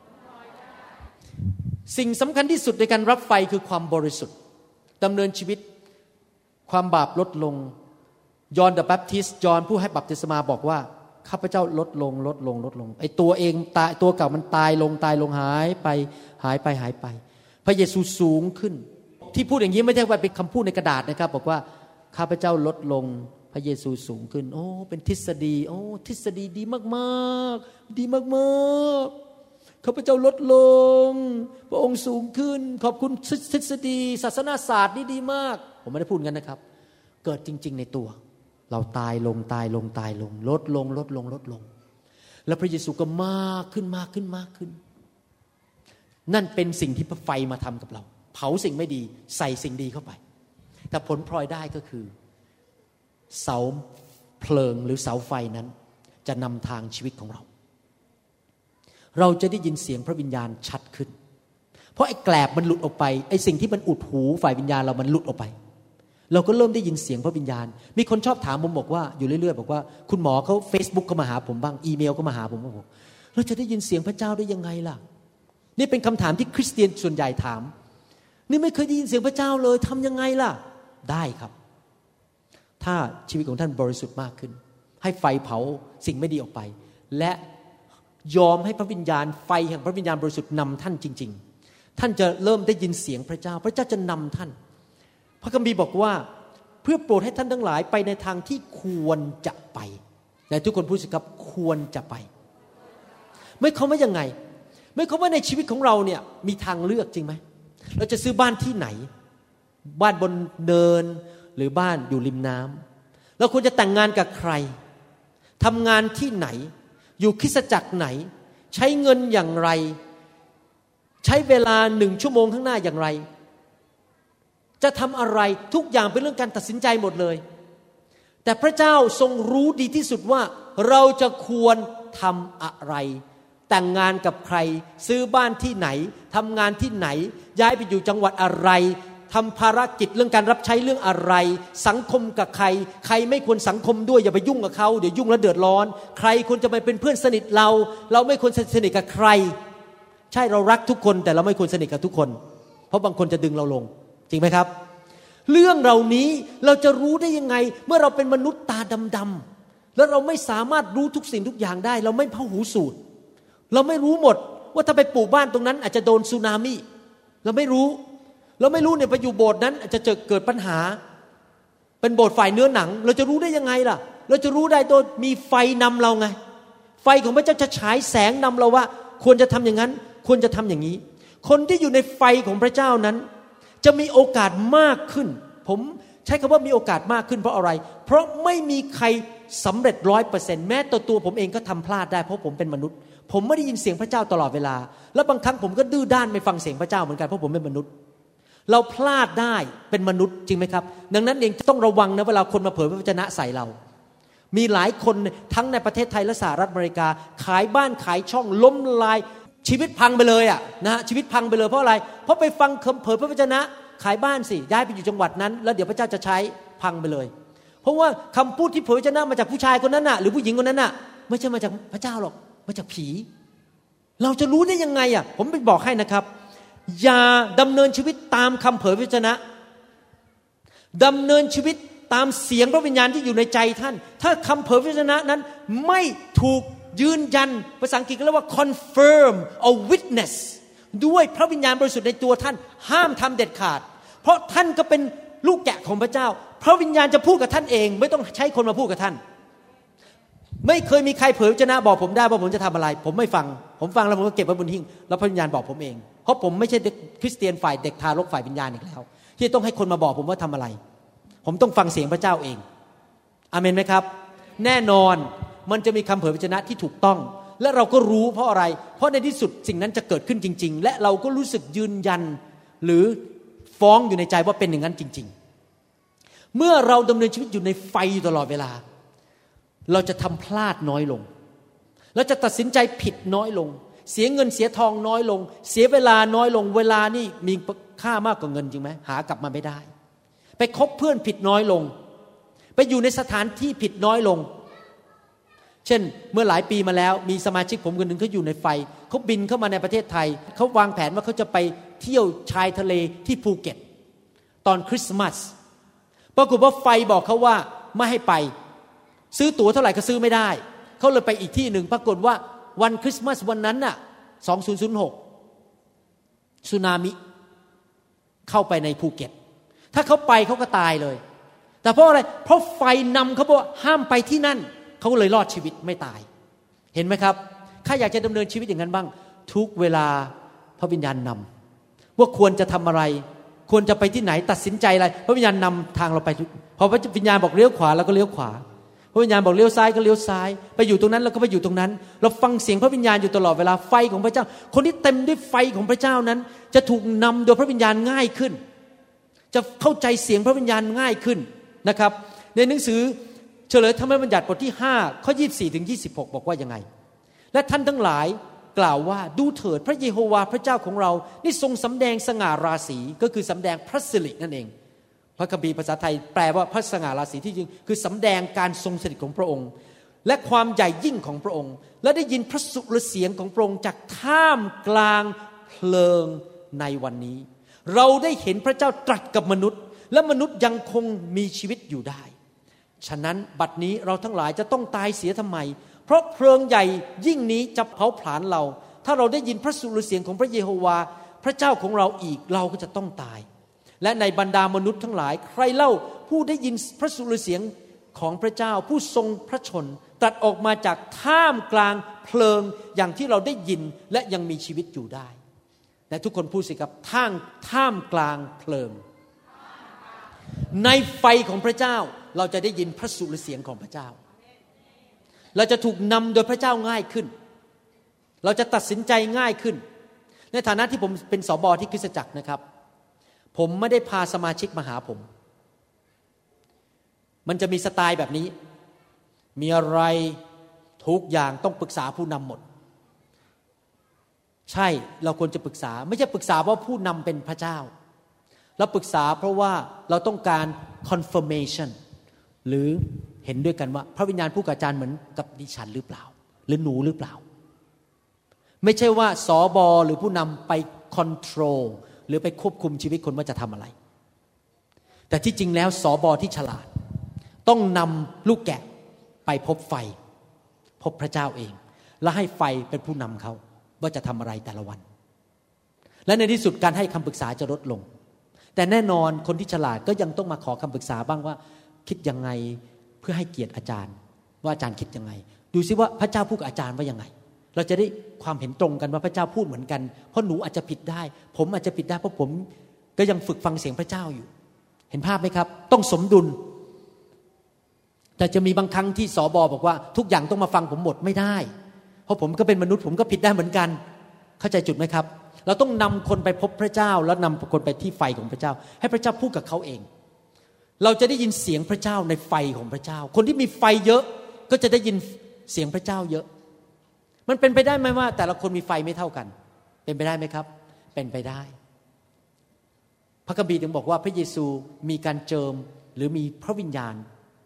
Speaker 3: สิ่งสำคัญที่สุดในการรับไฟคือความบริสุทธิ์ดำเนินชีวิตความบาปลดลงยอห์นเดอะแบปทิสต์ยอห์นผู้ให้บัพติศมาบอกว่าข้าพเจ้าลดลงไอ้ตัวเองตายตัวเก่ามันตายลงหายไปพระเยซูสูงขึ้นที่พูดอย่างนี้ไม่ใช่ว่าเป็นคำพูดในกระดาษนะครับบอกว่าข้าพเจ้าลดลงพระเยซูสูงขึ้นโอ้เป็นทฤษฎีโอ้ทฤษฎีดีมากข้าพเจ้าลดลงพระองค์สูงขึ้นขอบคุณทฤษฎีศาสนาศาสตร์นี่ดีมากผมไม่ได้พูดงั้นนะครับเกิดจริงๆในตัวเราตายลงลดลงแล้วพระเยซูก็มากขึ้นนั่นเป็นสิ่งที่พระไฟมาทำกับเราเผาสิ่งไม่ดีใส่สิ่งดีเข้าไปแต่ผลพลอยได้ก็คือเสาเพลิงหรือเสาไฟนั้นจะนำทางชีวิตของเราจะได้ยินเสียงพระวิญญาณชัดขึ้นเพราะไอ้แกลบมันหลุดออกไปไอ้สิ่งที่มันอุดหูฝ่ายวิญญาณเรามันหลุดออกไปเราก็เริ่มได้ยินเสียงพระวิญญาณมีคนชอบถามผมบอกว่าอยู่เรื่อยๆบอกว่าคุณหมอเขา Facebook ก็มาหาผมบ้างอีเมลก็มาหาผมบอกเราจะได้ยินเสียงพระเจ้าได้ยังไงล่ะนี่เป็นคำถามที่คริสเตียนส่วนใหญ่ถามนี่ไม่เคยได้ยินเสียงพระเจ้าเลยทำยังไงล่ะได้ครับถ้าชีวิตของท่านบริสุทธิ์มากขึ้นให้ไฟเผาสิ่งไม่ดีออกไปและยอมให้พระวิญญาณไฟแห่งพระวิญญาณบริสุทธิ์นำท่านจริงๆท่านจะเริ่มได้ยินเสียงพระเจ้าพระเจ้าจะนำท่านพระคัมภีร์บอกว่าเพื่อโปรดให้ท่านทั้งหลายไปในทางที่ควรจะไปแต่ทุกคนพูดสิครับควรจะไปไม่เขาว่ายังไงไม่เขาว่าในชีวิตของเราเนี่ยมีทางเลือกจริงไหมเราจะซื้อบ้านที่ไหนบ้านบนเนินหรือบ้านอยู่ริมน้ำเราควรจะแต่งงานกับใครทำงานที่ไหนอยู่คริสตจักรไหนใช้เงินอย่างไรใช้เวลา1 ชั่วโมงข้างหน้าอย่างไรจะทำอะไรทุกอย่างเป็นเรื่องการตัดสินใจหมดเลยแต่พระเจ้าทรงรู้ดีที่สุดว่าเราจะควรทำอะไรแต่งงานกับใครซื้อบ้านที่ไหนทำงานที่ไหนย้ายไปอยู่จังหวัดอะไรทำภารกิจเรื่องการรับใช้เรื่องอะไรสังคมกับใครใครไม่ควรสังคมด้วยอย่าไปยุ่งกับเขาเดี๋ยวยุ่งแล้วเดือดร้อนใครควรจะไปเป็นเพื่อนสนิทเราไม่ควรสนิทกับใครใช่เรารักทุกคนแต่เราไม่ควรสนิทกับทุกคนเพราะบางคนจะดึงเราลงจริงไหมครับเรื่องเหล่านี้เราจะรู้ได้ยังไงเมื่อเราเป็นมนุษย์ตาดำๆแล้วเราไม่สามารถรู้ทุกสิ่งทุกอย่างได้เราไม่พหูสูตรเราไม่รู้หมดว่าถ้าไปปลูกบ้านตรงนั้นอาจจะโดนสึนามิเราไม่รู้เนี่ยไปอยู่โบสถ์นั้นอาจจะเกิดปัญหาเป็นโบสถ์ฝ่ายเนื้อหนังเราจะรู้ได้ยังไงล่ะเราจะรู้ได้โดยมีไฟนำเราไงไฟของพระเจ้าจะฉายแสงนำเราว่าควรจะทำอย่างนั้นควรจะทำอย่างนี้คนที่อยู่ในไฟของพระเจ้านั้นจะมีโอกาสมากขึ้นผมใช้คำว่ามีโอกาสมากขึ้นเพราะอะไรเพราะไม่มีใครสำเร็จ 100% แม้ตัวผมเองก็ทำพลาดได้เพราะผมเป็นมนุษย์ผมไม่ได้ยินเสียงพระเจ้าตลอดเวลาและบางครั้งผมก็ดื้อด้านไม่ฟังเสียงพระเจ้าเหมือนกันเพราะผมเป็นมนุษย์เราพลาดได้เป็นมนุษย์จริงไหมครับดังนั้นเองต้องระวังนะเวลาคนมาเผยพระวจนะใส่เรามีหลายคนทั้งในประเทศไทยและสหรัฐอเมริกาขายบ้านขายช่องล้มละลายชีวิตพังไปเลยอ่ะนะชีวิตพังไปเลยเพราะอะไรเพราะไปฟังคำเผยพระวจนะขายบ้านสิย้ายไปอยู่จังหวัดนั้นแล้วเดี๋ยวพระเจ้าจะใช้พังไปเลยเพราะว่าคำพูดที่เผยพระวจนะมาจากผู้ชายคนนั้นน่ะหรือผู้หญิงคนนั้นน่ะไม่ใช่มาจากพระเจ้าหรอกมาจากผีเราจะรู้ได้ยังไงอ่ะผมไปบอกให้นะครับอย่าดำเนินชีวิตตามคำเผยพระวจนะดำเนินชีวิตตามเสียงพระวิญญาณที่อยู่ในใจท่านถ้าคำเผยพระวจนะนั้นไม่ถูกยืนยันภาษาอังกฤษเรียกว่า confirm or witness ด้วยพระวิญญาณบริสุทธิ์ในตัวท่านห้ามทำเด็ดขาดเพราะท่านก็เป็นลูกแกะของพระเจ้าพระวิญญาณจะพูดกับท่านเองไม่ต้องใช้คนมาพูดกับท่านไม่เคยมีใครเผยพระวจนะบอกผมได้ว่าผมจะทำอะไรผมไม่ฟังผมฟังแล้วผมก็เก็บไว้บนหิ้งแล้วพระวิญญาณบอกผมเองเพราะผมไม่ใช่คริสเตียนฝ่ายเด็กทารกฝ่ายวิญญาณอีกแล้วที่ต้องให้คนมาบอกผมว่าทำอะไรผมต้องฟังเสียงพระเจ้าเองอาเมนไหมครับแน่นอนมันจะมีคำเผยพระวจนะที่ถูกต้องและเราก็รู้เพราะอะไรเพราะในที่สุดสิ่งนั้นจะเกิดขึ้นจริงๆและเราก็รู้สึกยืนยันหรือฟ้องอยู่ในใจว่าเป็นอย่างนั้นจริงๆเมื่อเราดำเนินชีวิตอยู่ในไฟตลอดเวลาเราจะทำพลาดน้อยลงเราจะตัดสินใจผิดน้อยลงเสียเงินเสียทองน้อยลงเสียเวลาน้อยลงเวลานี่มีค่ามากกว่าเงินจริงไหมหากลับมาไม่ได้ไปคบเพื่อนผิดน้อยลงไปอยู่ในสถานที่ผิดน้อยลงเช่นเมื่อหลายปีมาแล้วมีสมาชิกผมคนหนึ่งเขาอยู่ในไฟเขาบินเข้ามาในประเทศไทยเขาวางแผนว่าเขาจะไปเที่ยวชายทะเลที่ภูเก็ตตอนคริสต์มาสปรากฏว่าไฟบอกเขาว่าไม่ให้ไปซื้อตั๋วเท่าไหร่ก็ซื้อไม่ได้เขาเลยไปอีกที่หนึ่งปรากฏว่าวันคริสต์มาสวันนั้นน่ะ2006สึนามิเข้าไปในภูเก็ตถ้าเขาไปเขาก็ตายเลยแต่เพราะอะไรเพราะไฟนำเขาบอกห้ามไปที่นั่นเขาก็เลยรอดชีวิตไม่ตายเห็นไหมครับข้าอยากจะดำเนินชีวิตอย่างนั้นบ้างทุกเวลาพระวิญญาณนำว่าควรจะทำอะไรควรจะไปที่ไหนตัดสินใจอะไรพระวิญญาณนำทางเราไปพอพระวิญญาณบอกเลี้ยวขวาเราก็เลี้ยวขวาพระวิญญาณบอกเลี้ยวซ้ายก็เลี้ยวซ้ายไปอยู่ตรงนั้นเราก็ไปอยู่ตรงนั้นเราฟังเสียงพระวิญญาณอยู่ตลอดเวลาไฟของพระเจ้าคนที่เต็มด้วยไฟของพระเจ้านั้นจะถูกนำโดยพระวิญญาณง่ายขึ้นจะเข้าใจเสียงพระวิญญาณง่ายขึ้นนะครับในหนังสือเฉลยธรรมบัญญัติบทที่5ข้อ24ถึง26บอกว่ายังไงและท่านทั้งหลายกล่าวว่าดูเถิดพระเยโฮวาห์พระเจ้าของเรานี่ทรงสำแดงสง่าราศีก็คือสำแดงพระสิรินั่นเองพระคัมภีร์ภาษาไทยแปลว่าพระสง่าราศีที่จริงคือสำแดงการทรงสถิตของพระองค์และความใหญ่ยิ่งของพระองค์และได้ยินพระสุรเสียงของพระองค์จากท่ามกลางเพลิงในวันนี้เราได้เห็นพระเจ้าตรัสกับมนุษย์และมนุษย์ยังคงมีชีวิตอยู่ได้ฉะนั้นบัดนี้เราทั้งหลายจะต้องตายเสียทำไมเพราะเพลิงใหญ่ยิ่งนี้จะเผาผลาญเราถ้าเราได้ยินพระสุรเสียงของพระเยโฮวาพระเจ้าของเราอีกเราก็จะต้องตายและในบรรดามนุษย์ทั้งหลายใครเล่าผู้ได้ยินพระสุรเสียงของพระเจ้าผู้ทรงพระชนตรัสออกมาจากท่ามกลางเพลิงอย่างที่เราได้ยินและยังมีชีวิตอยู่ได้และทุกคนพูดสิครับท่ามกลางเพลิงในไฟของพระเจ้าเราจะได้ยินพระสุรเสียงของพระเจ้าเราจะถูกนำโดยพระเจ้าง่ายขึ้นเราจะตัดสินใจง่ายขึ้นในฐานะที่ผมเป็นสบที่คริสตจักรนะครับผมไม่ได้พาสมาชิกมาหาผมมันจะมีสไตล์แบบนี้มีอะไรทุกอย่างต้องปรึกษาผู้นำหมดใช่เราควรจะปรึกษาไม่ใช่ปรึกษาเพราะผู้นำเป็นพระเจ้าเราปรึกษาเพราะว่าเราต้องการ confirmation หรือเห็นด้วยกันว่าพระวิญญาณผู้อาจารย์เหมือนกับดิฉันหรือเปล่าหรือหนูหรือเปล่าไม่ใช่ว่าสบหรือผู้นำไป control หรือไปควบคุมชีวิตคนว่าจะทำอะไรแต่ที่จริงแล้วสบที่ฉลาดต้องนำลูกแกะไปพบไฟพบพระเจ้าเองและให้ไฟเป็นผู้นำเขาว่าจะทำอะไรแต่ละวันและในที่สุดการให้คำปรึกษาจะลดลงแต่แน่นอนคนที่ฉลาดก็ยังต้องมาขอคำปรึกษาบ้างว่าคิดยังไงเพื่อให้เกียรติอาจารย์ว่าอาจารย์คิดยังไงดูซิว่าพระเจ้าพูดกับอาจารย์ว่ายังไงเราจะได้ความเห็นตรงกันว่าพระเจ้าพูดเหมือนกันเพราะหนูอาจจะผิดได้ผมอาจจะผิดได้เพราะผมก็ยังฝึกฟังเสียงพระเจ้าอยู่เห็นภาพไหมครับต้องสมดุลแต่จะมีบางครั้งที่สบบอกว่าทุกอย่างต้องมาฟังผมหมดไม่ได้เพราะผมก็เป็นมนุษย์ผมก็ผิดได้เหมือนกันเข้าใจจุดไหมครับเราต้องนำคนไปพบพระเจ้าแล้วนำคนไปที่ไฟของพระเจ้าให้พระเจ้าพูดกับเขาเองเราจะได้ยินเสียงพระเจ้าในไฟของพระเจ้าคนที่มีไฟเยอะก็จะได้ยินเสียงพระเจ้าเยอะมันเป็นไปได้ไหมว่าแต่ละคนมีไฟไม่เท่ากันเป็นไปได้ไหมครับเป็นไปได้พระคัมภีร์ถึงบอกว่าพระเยซูมีการเจิมหรือมีพระวิญญาณ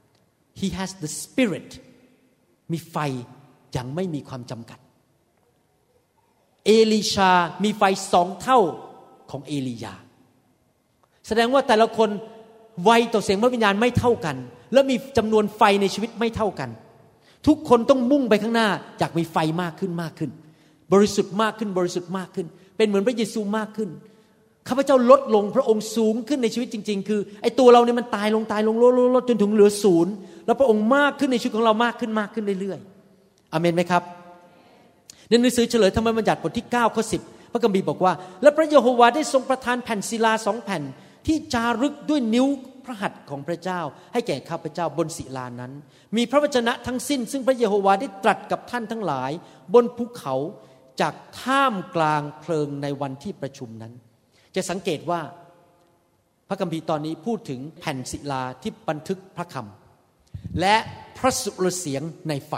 Speaker 3: He has the Spirit มีไฟอย่างไม่มีความจำกัดเอลีชามีไฟ2 เท่าของเอลียาแสดงว่าแต่ละคนไวต่อเสียงพระวิญญาณไม่เท่ากันและมีจำนวนไฟในชีวิตไม่เท่ากันทุกคนต้องมุ่งไปข้างหน้าอยากมีไฟมากขึ้นมากขึ้นบริสุทธิ์มากขึ้นบริสุทธิ์มากขึ้นเป็นเหมือนพระเยซูมากขึ้นข้าพเจ้าลดลงพระองค์สูงขึ้นในชีวิตจริงๆคือไอ้ตัวเราเนี่ยมันตายลงลดจนถึงเหลือ0แล้วพระองค์มากขึ้นในชีวิตของเรามากขึ้นเรื่อยๆอาเมนไหมครับในหนังสือเฉลยธรรมบัญญัติบทที่9ข้อ10พระคัมภีร์บอกว่าและพระเยโฮวาได้ทรงประทานแผ่นศิลา2 แผ่นที่จารึกด้วยนิ้วพระหัตถ์ของพระเจ้าให้แก่ข้าพเจ้าบนศิลานั้นมีพระวจนะทั้งสิ้นซึ่งพระเยโฮวาได้ตรัสกับท่านทั้งหลายบนภูเขาจากท่ามกลางเพลิงในวันที่ประชุมนั้นจะสังเกตว่าพระคัมภีร์ตอนนี้พูดถึงแผ่นศิลาที่บันทึกพระคำและพระสุรเสียงในไฟ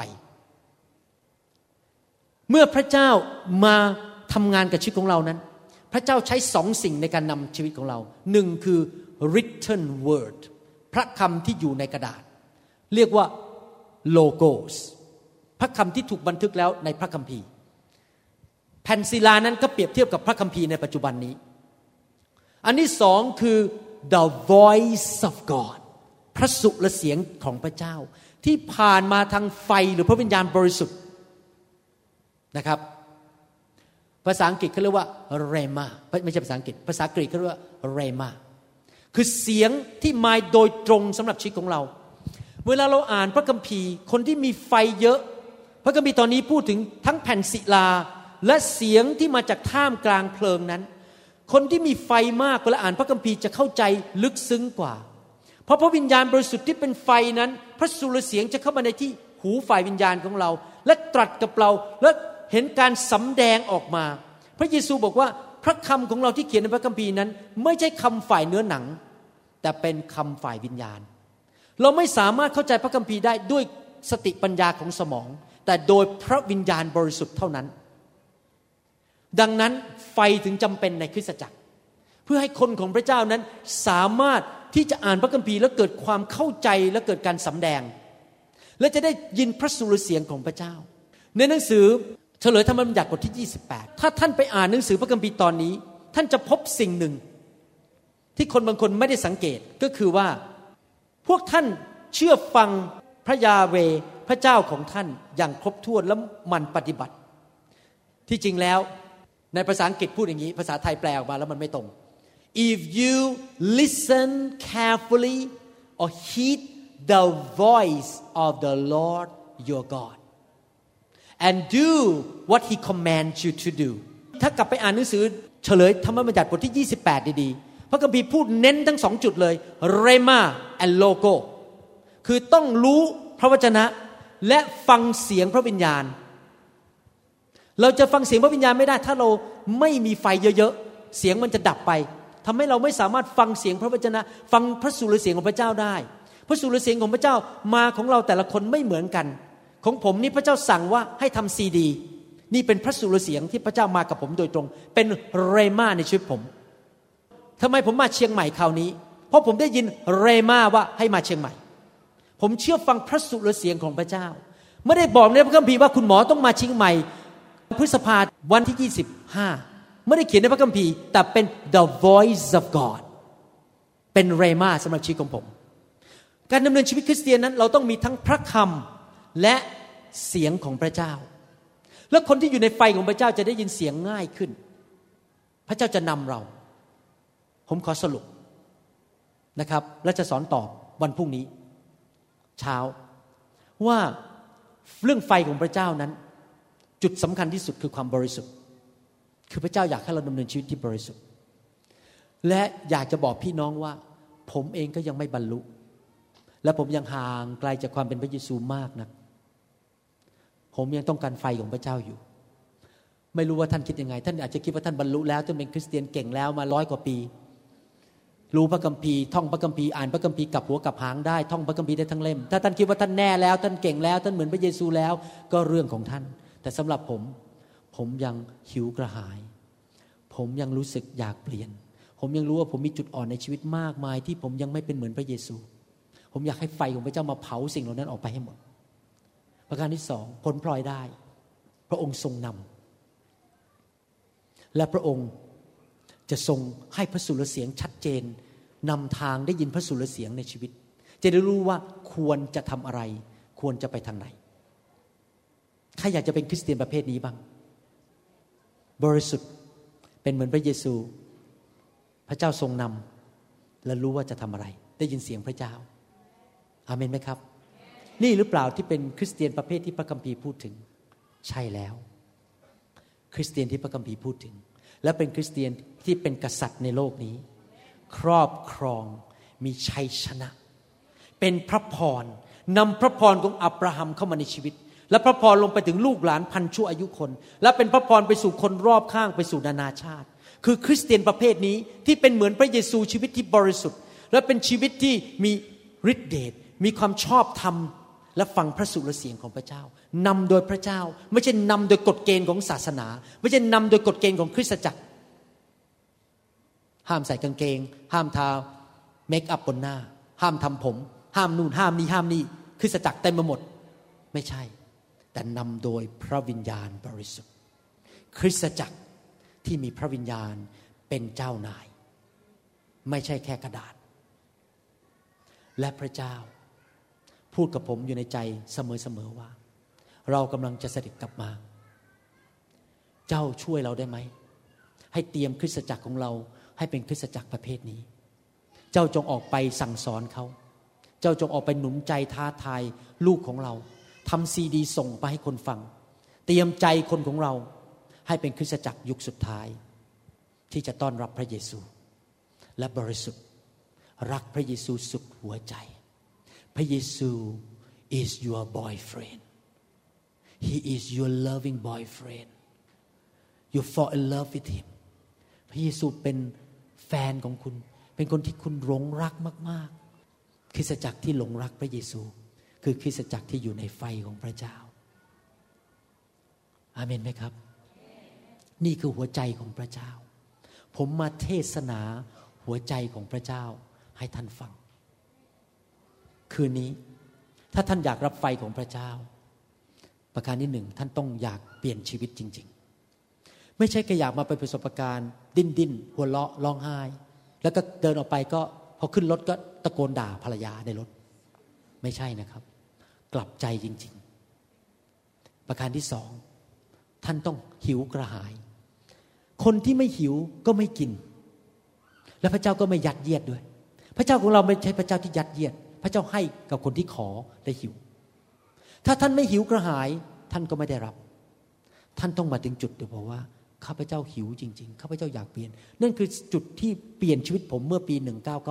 Speaker 3: เมื่อพระเจ้ามาทำงานกับชีวิตของเรานั้นพระเจ้าใช้2 สิ่งในการนำชีวิตของเรา1คือ written word พระคำที่อยู่ในกระดาษเรียกว่า logos พระคำที่ถูกบันทึกแล้วในพระคัมภีร์แผ่นศิลานั้นก็เปรียบเทียบกับพระคัมภีร์ในปัจจุบันนี้อันที่2คือ the voice of God พระสุรเสียงของพระเจ้าที่ผ่านมาทางไฟหรือพระวิญญาณบริสุทธิ์นะครับภาษาอังกฤษเขาเรียกว่า rhema ไม่ใช่ภาษาอังกฤษภาษากรีกเขาเรียกว่า rhema คือเสียงที่มาโดยตรงสำหรับชีวิตของเราเวลาเราอ่านพระคัมภีร์คนที่มีไฟเยอะพระคัมภีร์ตอนนี้พูดถึงทั้งแผ่นศิลาและเสียงที่มาจากท่ามกลางเพลิงนั้นคนที่มีไฟมากเวลาอ่านพระคัมภีร์จะเข้าใจลึกซึ้งกว่าเพราะพระวิญญาณบริสุทธิ์ที่เป็นไฟนั้นพระสุรเสียงจะเข้ามาในที่หูฝ่ายวิญญาณของเราและตรัสกับเราและเห็นการสำแดงออกมาพระเยซูบอกว่าพระคำของเราที่เขียนในพระคัมภีร์นั้นไม่ใช่คำฝ่ายเนื้อหนังแต่เป็นคำฝ่ายวิญญาณเราไม่สามารถเข้าใจพระคัมภีร์ได้ด้วยสติปัญญาของสมองแต่โดยพระวิญญาณบริสุทธิ์เท่านั้นดังนั้นไฟถึงจำเป็นในคริสตจักรเพื่อให้คนของพระเจ้านั้นสามารถที่จะอ่านพระคัมภีร์แล้วเกิดความเข้าใจและเกิดการสำแดงและจะได้ยินพระสุรเสียงของพระเจ้าในหนังสือเฉลยธรรมบัญญัติบทที่28ถ้าท่านไปอ่านหนังสือพระคัมภีร์ตอนนี้ท่านจะพบสิ่งหนึ่งที่คนบางคนไม่ได้สังเกตก็คือว่าพวกท่านเชื่อฟังพระยาเวห์พระเจ้าของท่านอย่างครบถ้วนและหมั่นปฏิบัติที่จริงแล้วในภาษาอังกฤษพูดอย่างนี้ภาษาไทยแปลออกมาแล้วมันไม่ตรง If you listen carefully or heed the voice of the Lord your God and do what he commands you to do ถ้ากลับไปอ่านหนังสือเฉลยธรรมบัญญัติบทที่28ดีๆพระคัมภีร์พูดเน้นทั้งสองจุดเลย Rhema and Logo คือต้องรู้พระวจนะและฟังเสียงพระวิญญาณเราจะฟังเสียงพระวิญญาณไม่ได้ถ้าเราไม่มีไฟเยอะๆเสียงมันจะดับไปทำให้เราไม่สามารถฟังเสียงพระวจนะฟังพระสุรเสียงของพระเจ้าได้พระสุรเสียงของพระเจ้ามาของเราแต่ละคนไม่เหมือนกันของผมนี่พระเจ้าสั่งว่าให้ทำซีดีนี่เป็นพระสุรเสียงที่พระเจ้ามากับผมโดยตรงเป็นเรม่าในชีวิตผมทำไมผมมาเชียงใหม่คราวนี้เพราะผมได้ยินเรม่าว่าให้มาเชียงใหม่ผมเชื่อฟังพระสุรเสียงของพระเจ้าไม่ได้บอกในพระคัมภีร์ว่าคุณหมอต้องมาเชียงใหม่พฤษภาคมวันที่25ไม่ได้เขียนในพระคัมภีร์แต่เป็น the voice of God เป็นเรม่าสำหรับชีวิตของผมการดำเนินชีวิตคริสเตียนนั้นเราต้องมีทั้งพระคำและเสียงของพระเจ้าแล้วคนที่อยู่ในไฟของพระเจ้าจะได้ยินเสียงง่ายขึ้นพระเจ้าจะนำเราผมขอสรุปนะครับและจะสอนต่อวันพรุ่งนี้เช้าว่าเรื่องไฟของพระเจ้านั้นจุดสำคัญที่สุดคือความบริสุทธิ์คือพระเจ้าอยากให้เราดำเนินชีวิตที่บริสุทธิ์และอยากจะบอกพี่น้องว่าผมเองก็ยังไม่บรรลุและผมยังห่างไกลจากความเป็นพระเยซูมากนักผมยังต้องการไฟของพระเจ้าอยู่ไม่รู้ว่าท่านคิดยังไงท่านอาจจะคิดว่าท่านบรรลุแล้วท่านเป็นคริสเตียนเก่งแล้วมา100 กว่าปีรู้พระคัมภีร์ท่องพระคัมภีร์อ่านพระคัมภีร์กลับหัวกลับหางได้ท่องพระคัมภีร์ได้ทั้งเล่มถ้าท่านคิดว่าท่านแน่แล้วท่านเก่งแล้วท่านเหมือนพระเยซูแล้วก็เรื่องของท่านแต่สำหรับผมยังหิวกระหายผมยังรู้สึกอยากเปลี่ยนผมยังรู้ว่าผมมีจุดอ่อนในชีวิตมากมายที่ผมยังไม่เป็นเหมือนพระเยซูผมอยากให้ไฟของพระเจ้ามาเผาสิ่งเหล่านั้นออกไปให้หมดประการที่2ผลพลอยได้พระองค์ทรงนำและพระองค์จะทรงให้พระสุรเสียงชัดเจนนำทางได้ยินพระสุรเสียงในชีวิตจะได้รู้ว่าควรจะทำอะไรควรจะไปทางไหนใครอยากจะเป็นคริสเตียนประเภทนี้บ้างบริสุทธิ์เป็นเหมือนพระเยซูพระเจ้าทรงนำและรู้ว่าจะทำอะไรได้ยินเสียงพระเจ้าอาเมนไหมครับนี่หรือเปล่าที่เป็นคริสเตียนประเภทที่พระคัมภีร์พูดถึงใช่แล้วคริสเตียนที่พระคัมภีร์พูดถึงและเป็นคริสเตียนที่เป็นกษัตริย์ในโลกนี้ครอบครองมีชัยชนะเป็นพระพรนำพระพรของอับราฮัมเข้ามาในชีวิตและพระพรลงไปถึงลูกหลานพันชั่วอายุคนและเป็นพระพรไปสู่คนรอบข้างไปสู่นานาชาติคือคริสเตียนประเภทนี้ที่เป็นเหมือนพระเยซูชีวิตที่บริสุทธิ์และเป็นชีวิตที่มีฤทธิเดชมีความชอบธรรมและฟังพระสุรเสียงของพระเจ้านำโดยพระเจ้าไม่ใช่นำโดยกฎเกณฑ์ของศาสนาไม่ใช่นำโดยกฎเกณฑ์ของคริสตจักรห้ามใส่กางเกงห้ามทาเมคอัพบนหน้าห้ามทำผมห้ามนู่นห้ามนี่ห้ามนี่คริสตจักรเต็มไปหมดไม่ใช่แต่นำโดยพระวิญญาณบริสุทธิ์คริสตจักรที่มีพระวิญญาณเป็นเจ้านายไม่ใช่แค่กระดาษและพระเจ้าพูดกับผมอยู่ในใจเสมอๆว่าเรากำลังจะเสด็จกลับมาเจ้าช่วยเราได้ไหมให้เตรียมคริสตจักรของเราให้เป็นคริสตจักรประเภทนี้เจ้าจงออกไปสั่งสอนเขาเจ้าจงออกไปหนุนใจท้าทายลูกของเราทำซีดีส่งไปให้คนฟังเตรียมใจคนของเราให้เป็นคริสตจักรยุคสุดท้ายที่จะต้อนรับพระเยซูและบริสุทธิ์รักพระเยซูสุดหัวใจพระเยซู is your boyfriend he is your loving boyfriend you fall in love with him พระเยซูเป็นแฟนของคุณเป็นคนที่คุณหลงรักมากๆคริสตจักรที่หลงรักพระเยซูคือคริสตจักรที่อยู่ในไฟของพระเจ้าอาเมนไหมครับนี่คือหัวใจของพระเจ้าผมมาเทศนาหัวใจของพระเจ้าให้ท่านฟังคืนนี้ถ้าท่านอยากรับไฟของพระเจ้าประการที่หนึ่งท่านต้องอยากเปลี่ยนชีวิตจริงๆไม่ใช่แค่อยากมาเป็นประสบการณ์ดิ้นหัวเราะร้องไห้แล้วก็เดินออกไปก็พอขึ้นรถก็ตะโกนด่าภรรยาในรถไม่ใช่นะครับกลับใจจริงๆประการที่สองท่านต้องหิวกระหายคนที่ไม่หิวก็ไม่กินและพระเจ้าก็ไม่ยัดเยียดด้วยพระเจ้าของเราไม่ใช่พระเจ้าที่ยัดเยียดพระเจ้าให้กับคนที่ขอและหิวถ้าท่านไม่หิวกระหายท่านก็ไม่ได้รับท่านต้องมาถึงจุดเดียวบอกว่าข้าพเจ้าหิวจริงๆข้าพเจ้าอยากเปลี่ยนนั่นคือจุดที่เปลี่ยนชีวิตผมเมื่อปี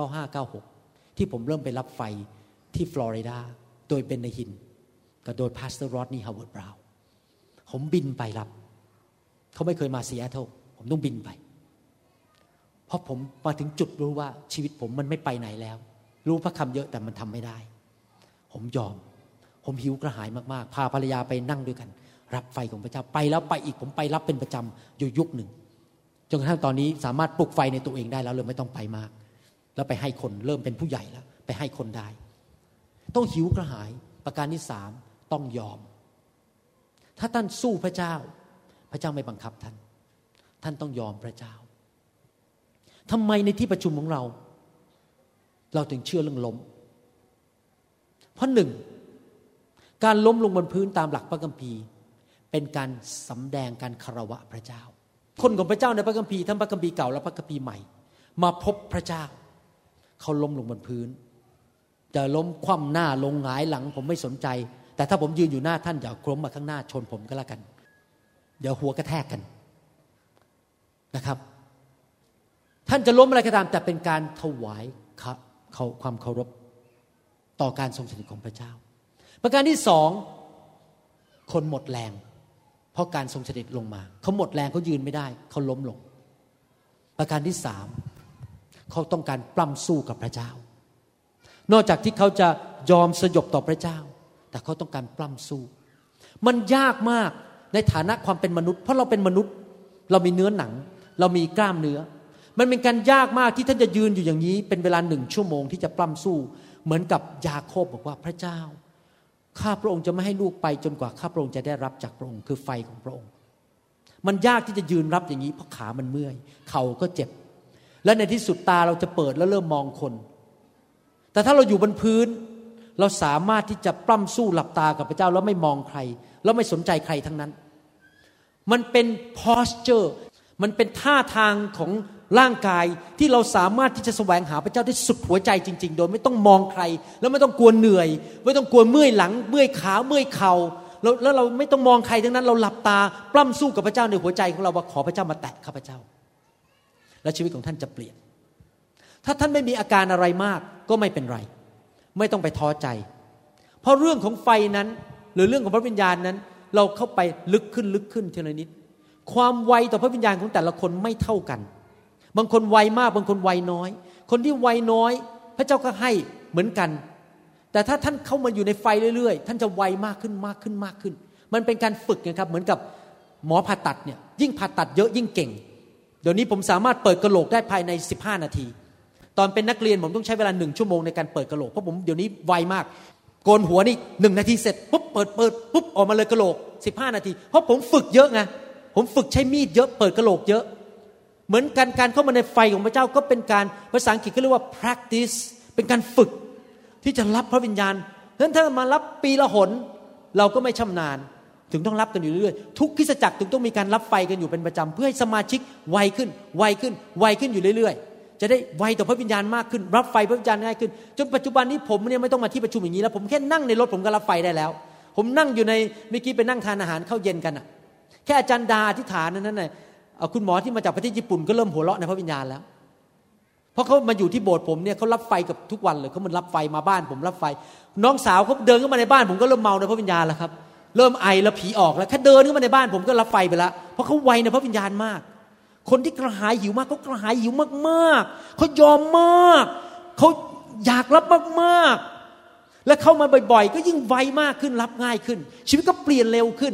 Speaker 3: 1995-96ที่ผมเริ่มไปรับไฟที่ฟลอริดาโดยเบนนาฮินกับโดยพาสเตอร์รอดนี่ฮาวเวิร์ดบราวน์ผมบินไปรับเขาไม่เคยมาซีแอตเทิลผมต้องบินไปเพราะผมมาถึงจุดรู้ว่าชีวิตผมมันไม่ไปไหนแล้วรู้พระคำเยอะแต่มันทำไม่ได้ผมยอมผมหิวกระหายมากๆพาภรรยาไปนั่งด้วยกันรับไฟของพระเจ้าไปแล้วไปอีกผมไปรับเป็นประจำอยู่ยุคหนึ่งจนกระทั่งตอนนี้สามารถปลุกไฟในตัวเองได้แล้วเลยไม่ต้องไปมากแล้วไปให้คนเริ่มเป็นผู้ใหญ่แล้วไปให้คนได้ต้องหิวกระหายประการที่สามต้องยอมถ้าท่านสู้พระเจ้าพระเจ้าไม่บังคับท่านต้องยอมพระเจ้าทำไมในที่ประชุมของเราถึงเชื่อเรื่องล้มเพราะหนึ่งการล้มลงบนพื้นตามหลักพระคัมภีร์เป็นการสำแดงการคารวะพระเจ้าคนของพระเจ้าในพระคัมภีร์ทั้งพระคัมภีร์เก่าและพระคัมภีร์ใหม่มาพบพระเจ้าเขาล้มลงบนพื้นจะล้มคว่ำหน้าลงหงายหลังผมไม่สนใจแต่ถ้าผมยืนอยู่หน้าท่านอย่าล้มมาข้างหน้าชนผมก็แล้วกันเดี๋ยวหัวกระแทกกันนะครับท่านจะล้มอะไรก็ตามแต่เป็นการถวายความเคารพต่อการทรงสถิตของพระเจ้าประการที่สองคนหมดแรงเพราะการทรงสถิตลงมาเขาหมดแรงเขายืนไม่ได้เขาล้มลงประการที่สามเขาต้องการปล้ำสู้กับพระเจ้านอกจากที่เขาจะยอมสยบต่อพระเจ้าแต่เขาต้องการปล้ำสู้มันยากมากในฐานะความเป็นมนุษย์เพราะเราเป็นมนุษย์เรามีเนื้อหนังเรามีกล้ามเนื้อมันเป็นการยากมากที่ท่านจะยืนอยู่อย่างนี้เป็นเวลา1 ชั่วโมงที่จะปล้ำสู้เหมือนกับยาโคบบอกว่าพระเจ้าข้าพระองค์จะไม่ให้ลูกไปจนกว่าข้าพระองค์จะได้รับจากพระองค์คือไฟของพระองค์มันยากที่จะยืนรับอย่างนี้เพราะขามันเมื่อยเข่าก็เจ็บและในที่สุดตาเราจะเปิดแล้วเริ่มมองคนแต่ถ้าเราอยู่บนพื้นเราสามารถที่จะปล้ำสู้หลับตากับพระเจ้าแล้วไม่มองใครแล้วไม่สนใจใครทั้งนั้นมันเป็น posture มันเป็นท่าทางของร่างกายที่เราสามารถที่จะแสวงหาพระเจ้าได้สุดหัวใจจริงๆโดยไม่ต้องมองใครแล้วไม่ต้องกลัวเหนื่อยไม่ต้องกลัวเมื่อยหลังเมื่อยขาเมื่อยเข่าแล้วเราไม่ต้องมองใครทั้งนั้นเราหลับตาปล้ำสู้กับพระเจ้าในหัวใจของเราว่าขอพระเจ้ามาแตะข้าพเจ้าและชีวิตของท่านจะเปลี่ยนถ้าท่านไม่มีอาการอะไรมากก็ไม่เป็นไรไม่ต้องไปท้อใจเพราะเรื่องของไฟนั้นหรือเรื่องของพระวิญญาณนั้นเราเข้าไปลึกขึ้นทีละนิดความไวต่อพระวิญญาณของแต่ละคนไม่เท่ากันบางคนไวมากบางคนไวน้อยคนที่ไวน้อยพระเจ้าก็ให้เหมือนกันแต่ถ้าท่านเข้ามาอยู่ในไฟเรื่อยๆท่านจะไวมากขึ้นมันเป็นการฝึกนะครับเหมือนกับหมอผ่าตัดเนี่ยยิ่งผ่าตัดเยอะยิ่งเก่งเดี๋ยวนี้ผมสามารถเปิดกะโหลกได้ภายใน15 นาทีตอนเป็นนักเรียนผมต้องใช้เวลา1 ชั่วโมงในการเปิดกะโหลกเพราะผมเดี๋ยวนี้ไวมากโกนหัวนี่1 นาทีเสร็จปุ๊บเปิดปุ๊บออกมาเลยกะโหลก15 นาทีเพราะผมฝึกเยอะไงผมฝึกใช้มีดเยอะเปิดกะโหลกเยอะเหมือนกันการเข้ามาในไฟของพระเจ้าก็เป็นการภาษาอังกฤษก็เรียกว่า practice เป็นการฝึกที่จะรับพระวิญญาณเพราะฉะนั้นถ้ามารับปีละหนเราก็ไม่ชำนาญถึงต้องรับกันอยู่เรื่อยๆทุกคริสตจักรถึงต้องมีการรับไฟกันอยู่เป็นประจำเพื่อให้สมาชิกไวขึ้นอยู่เรื่อยๆจะได้ไวต่อพระวิญญาณมากขึ้นรับไฟพระวิญญาณง่ายขึ้นจนปัจจุบันนี้ผมเนี่ยไม่ต้องมาที่ประชุมอย่างนี้แล้วผมแค่นั่งในรถผมก็รับไฟได้แล้วผมนั่งอยู่ในเมื่อกี้ไปนั่งทานอาหารข้าวเย็นกันอ่ะแค่อาจารย์ดาอธิษฐานนั้นน่ะคุณหมอที่มาจากประเทศญี่ปุ่นก็เริ่มหัวเราะในพระวิญญาณแล้วเพราะเขามาอยู่ที่โบสถ์ผมเนี่ยเขารับไฟกับทุกวันเลยเขามันรับไฟมาบ้านผมรับไฟน้องสาวเขาเดินเข้ามาในบ้านผมก็เริ่มเมาในพระวิญญาณแล้วครับเริ่มไอแล้วผีออกแล้วแค่เดินเข้ามาในบ้านผมก็รับไฟไปแล้วเพราะเขาไวในพระวิญญาณมากคนที่กระหายหิวมากเขากระหายหิวมากๆเขายอมมากเขาอยากรับมากๆและเข้ามาบ่อยๆก็ยิ่งไวมากขึ้นรับง่ายขึ้นชีวิตก็เปลี่ยนเร็วขึ้น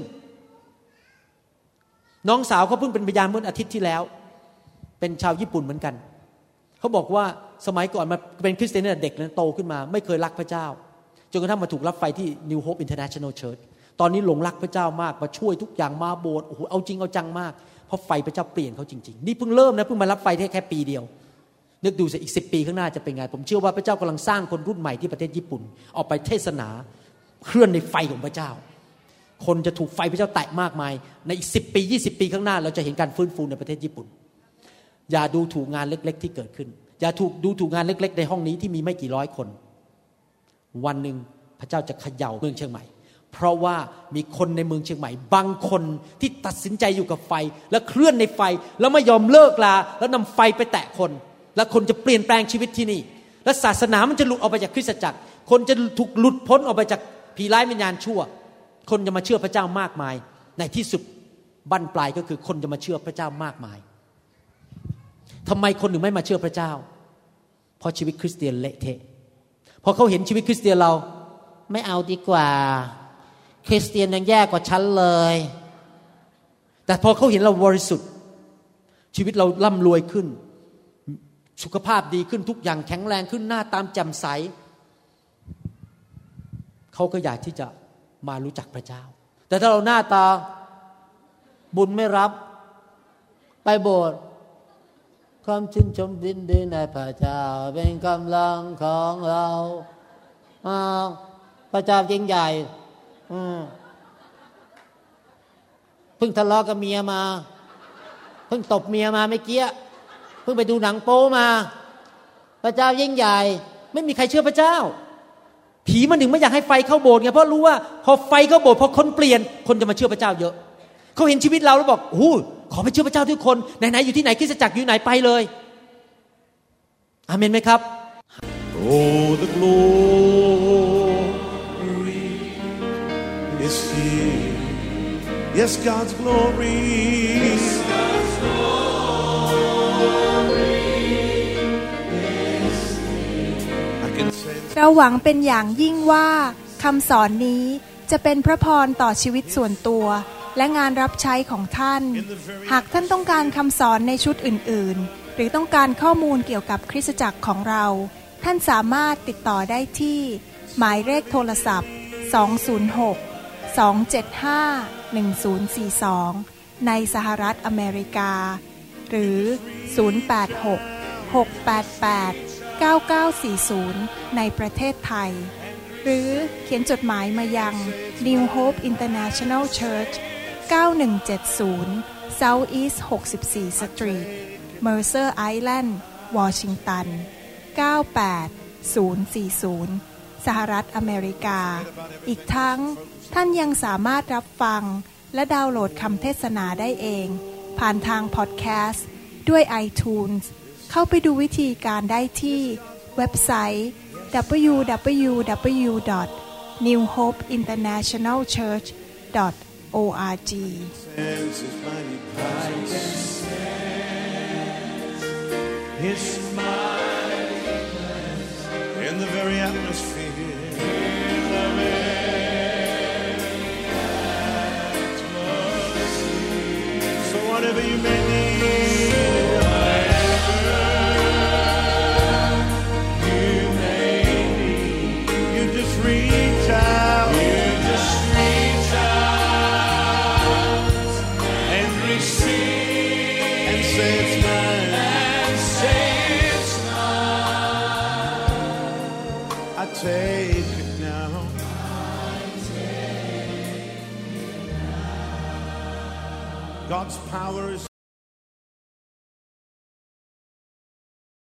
Speaker 3: น้องสาวเขาเพิ่งเป็นพยานเมื่ออาทิตย์ที่แล้วเป็นชาวญี่ปุ่นเหมือนกันเขาบอกว่าสมัยก่อนมาเป็นคริสเตียนตั้งแต่เด็กนั้นโตขึ้นมาไม่เคยรักพระเจ้าจนกระทั่งมาถูกรับไฟที่ New Hope International Church ตอนนี้หลงรักพระเจ้ามากมาช่วยทุกอย่างมาโบสถ์โอ้โหเอาจริงเอาจังมากเพราะไฟพระเจ้าเปลี่ยนเขาจริงๆนี่เพิ่งเริ่มนะเพิ่งมารับไฟแค่ปีเดียวนึกดูสิอีก10 ปีข้างหน้าจะเป็นไงผมเชื่อว่าพระเจ้ากำลังสร้างคนรุ่นใหม่ที่ประเทศญี่ปุ่นออกไปเทศนาเคลื่อนในไฟของพระเจ้าคนจะถูกไฟพระเจ้าแตะมากมายในอีก10 ปี20 ปีข้างหน้าเราจะเห็นการฟื้นฟูในประเทศญี่ปุ่นอย่าดูถูกงานเล็กๆที่เกิดขึ้นอย่าดูถูกงานเล็กๆในห้องนี้ที่มีไม่กี่ร้อยคนวันหนึ่งพระเจ้าจะเขย่าเมืองเชียงใหม่เพราะว่ามีคนในเมืองเชียงใหม่บางคนที่ตัดสินใจอยู่กับไฟและเคลื่อนในไฟแล้วไม่ยอมเลิกลาแล้วนำไฟไปแตะคนและคนจะเปลี่ยนแปลงชีวิตที่นี่และศาสนามันจะหลุดออกไปจากคริสตจักรคนจะถูกหลุดพ้นออกไปจากผีร้ายวิญญาณชั่วคนจะมาเชื่อพระเจ้ามากมายในที่สุดบั้นปลายก็คือคนจะมาเชื่อพระเจ้ามากมายทำไมคนถึงไม่มาเชื่อพระเจ้าเพราะชีวิตคริสเตียนเละเทะพอเขาเห็นชีวิตคริสเตียนเราไม่เอาดีกว่าคริสเตียนยังแย่กว่าฉันเลยแต่พอเขาเห็นเราบริสุทธิ์ชีวิตเราร่ำรวยขึ้นสุขภาพดีขึ้นทุกอย่างแข็งแรงขึ้นหน้าตาแจ่มใสเขาก็อยากที่จะมารู้จักพระเจ้าแต่ถ้าเราหน้าตาบุญไม่รับไปโบสถ์ความชื่นชมยินดีในพระเจ้าเป็นกำลังของเราพระเจ้ายิ่งใหญ่เพิ่งทะเลาะกับเมียมาเพิ่งตบเมียมาเมื่อกี้เพิ่งไปดูหนังโป๊มาพระเจ้ายิ่งใหญ่ไม่มีใครเชื่อพระเจ้าผีมันถึงไม่อยากให้ไฟเข้าโบสถ์ไงเพราะรู้ว่าพอไฟเข้าโบสถ์พอคนเปลี่ยนคนจะมาเชื่อพระเจ้าเยอะเขาเห็นชีวิตเราแล้วบอกโอ้ขอไปเชื่อพระเจ้าทุกคนไหนๆอยู่ที่ไหนคริสตจักรอยู่ไหนไปเลยอาเมนไหมครับ
Speaker 1: Oh, the glory is here. Yes, God's glory. Yes, God's glory is here. I can sense.
Speaker 2: เราหวังเป็นอย่างยิ่งว่าคำสอนนี้จะเป็นพระพรต่อชีวิตส่วนตัวและงานรับใช้ของท่านหากท่านต้องการคำสอนในชุดอื่นๆหรือต้องการข้อมูลเกี่ยวกับคริสตจักรของเราท่านสามารถติดต่อได้ที่หมายเลขโทรศัพท์206-275-1042ในสหรัฐอเมริกาหรือ086-688-9940ในประเทศไทยหรือเขียนจดหมายมายัง New Hope International Church 9170 South East 64 Street Mercer Island Washington 98040 สหรัฐอเมริกาอีกทั้งท่านยังสามารถรับฟังและดาวน์โหลดคำเทศนาได้เองผ่านทางพอดแคสต์ด้วย iTunes เข้าไปดูวิธีการได้ที่เว็บไซต์ www.newhopeinternationalchurch.org
Speaker 1: His mighty presence in the very atmosphere. In the very atmosphere. So whatever you may need, whatever you may need, you just reach out. You just reach out and receive and say it's mine. Take it now. God's power is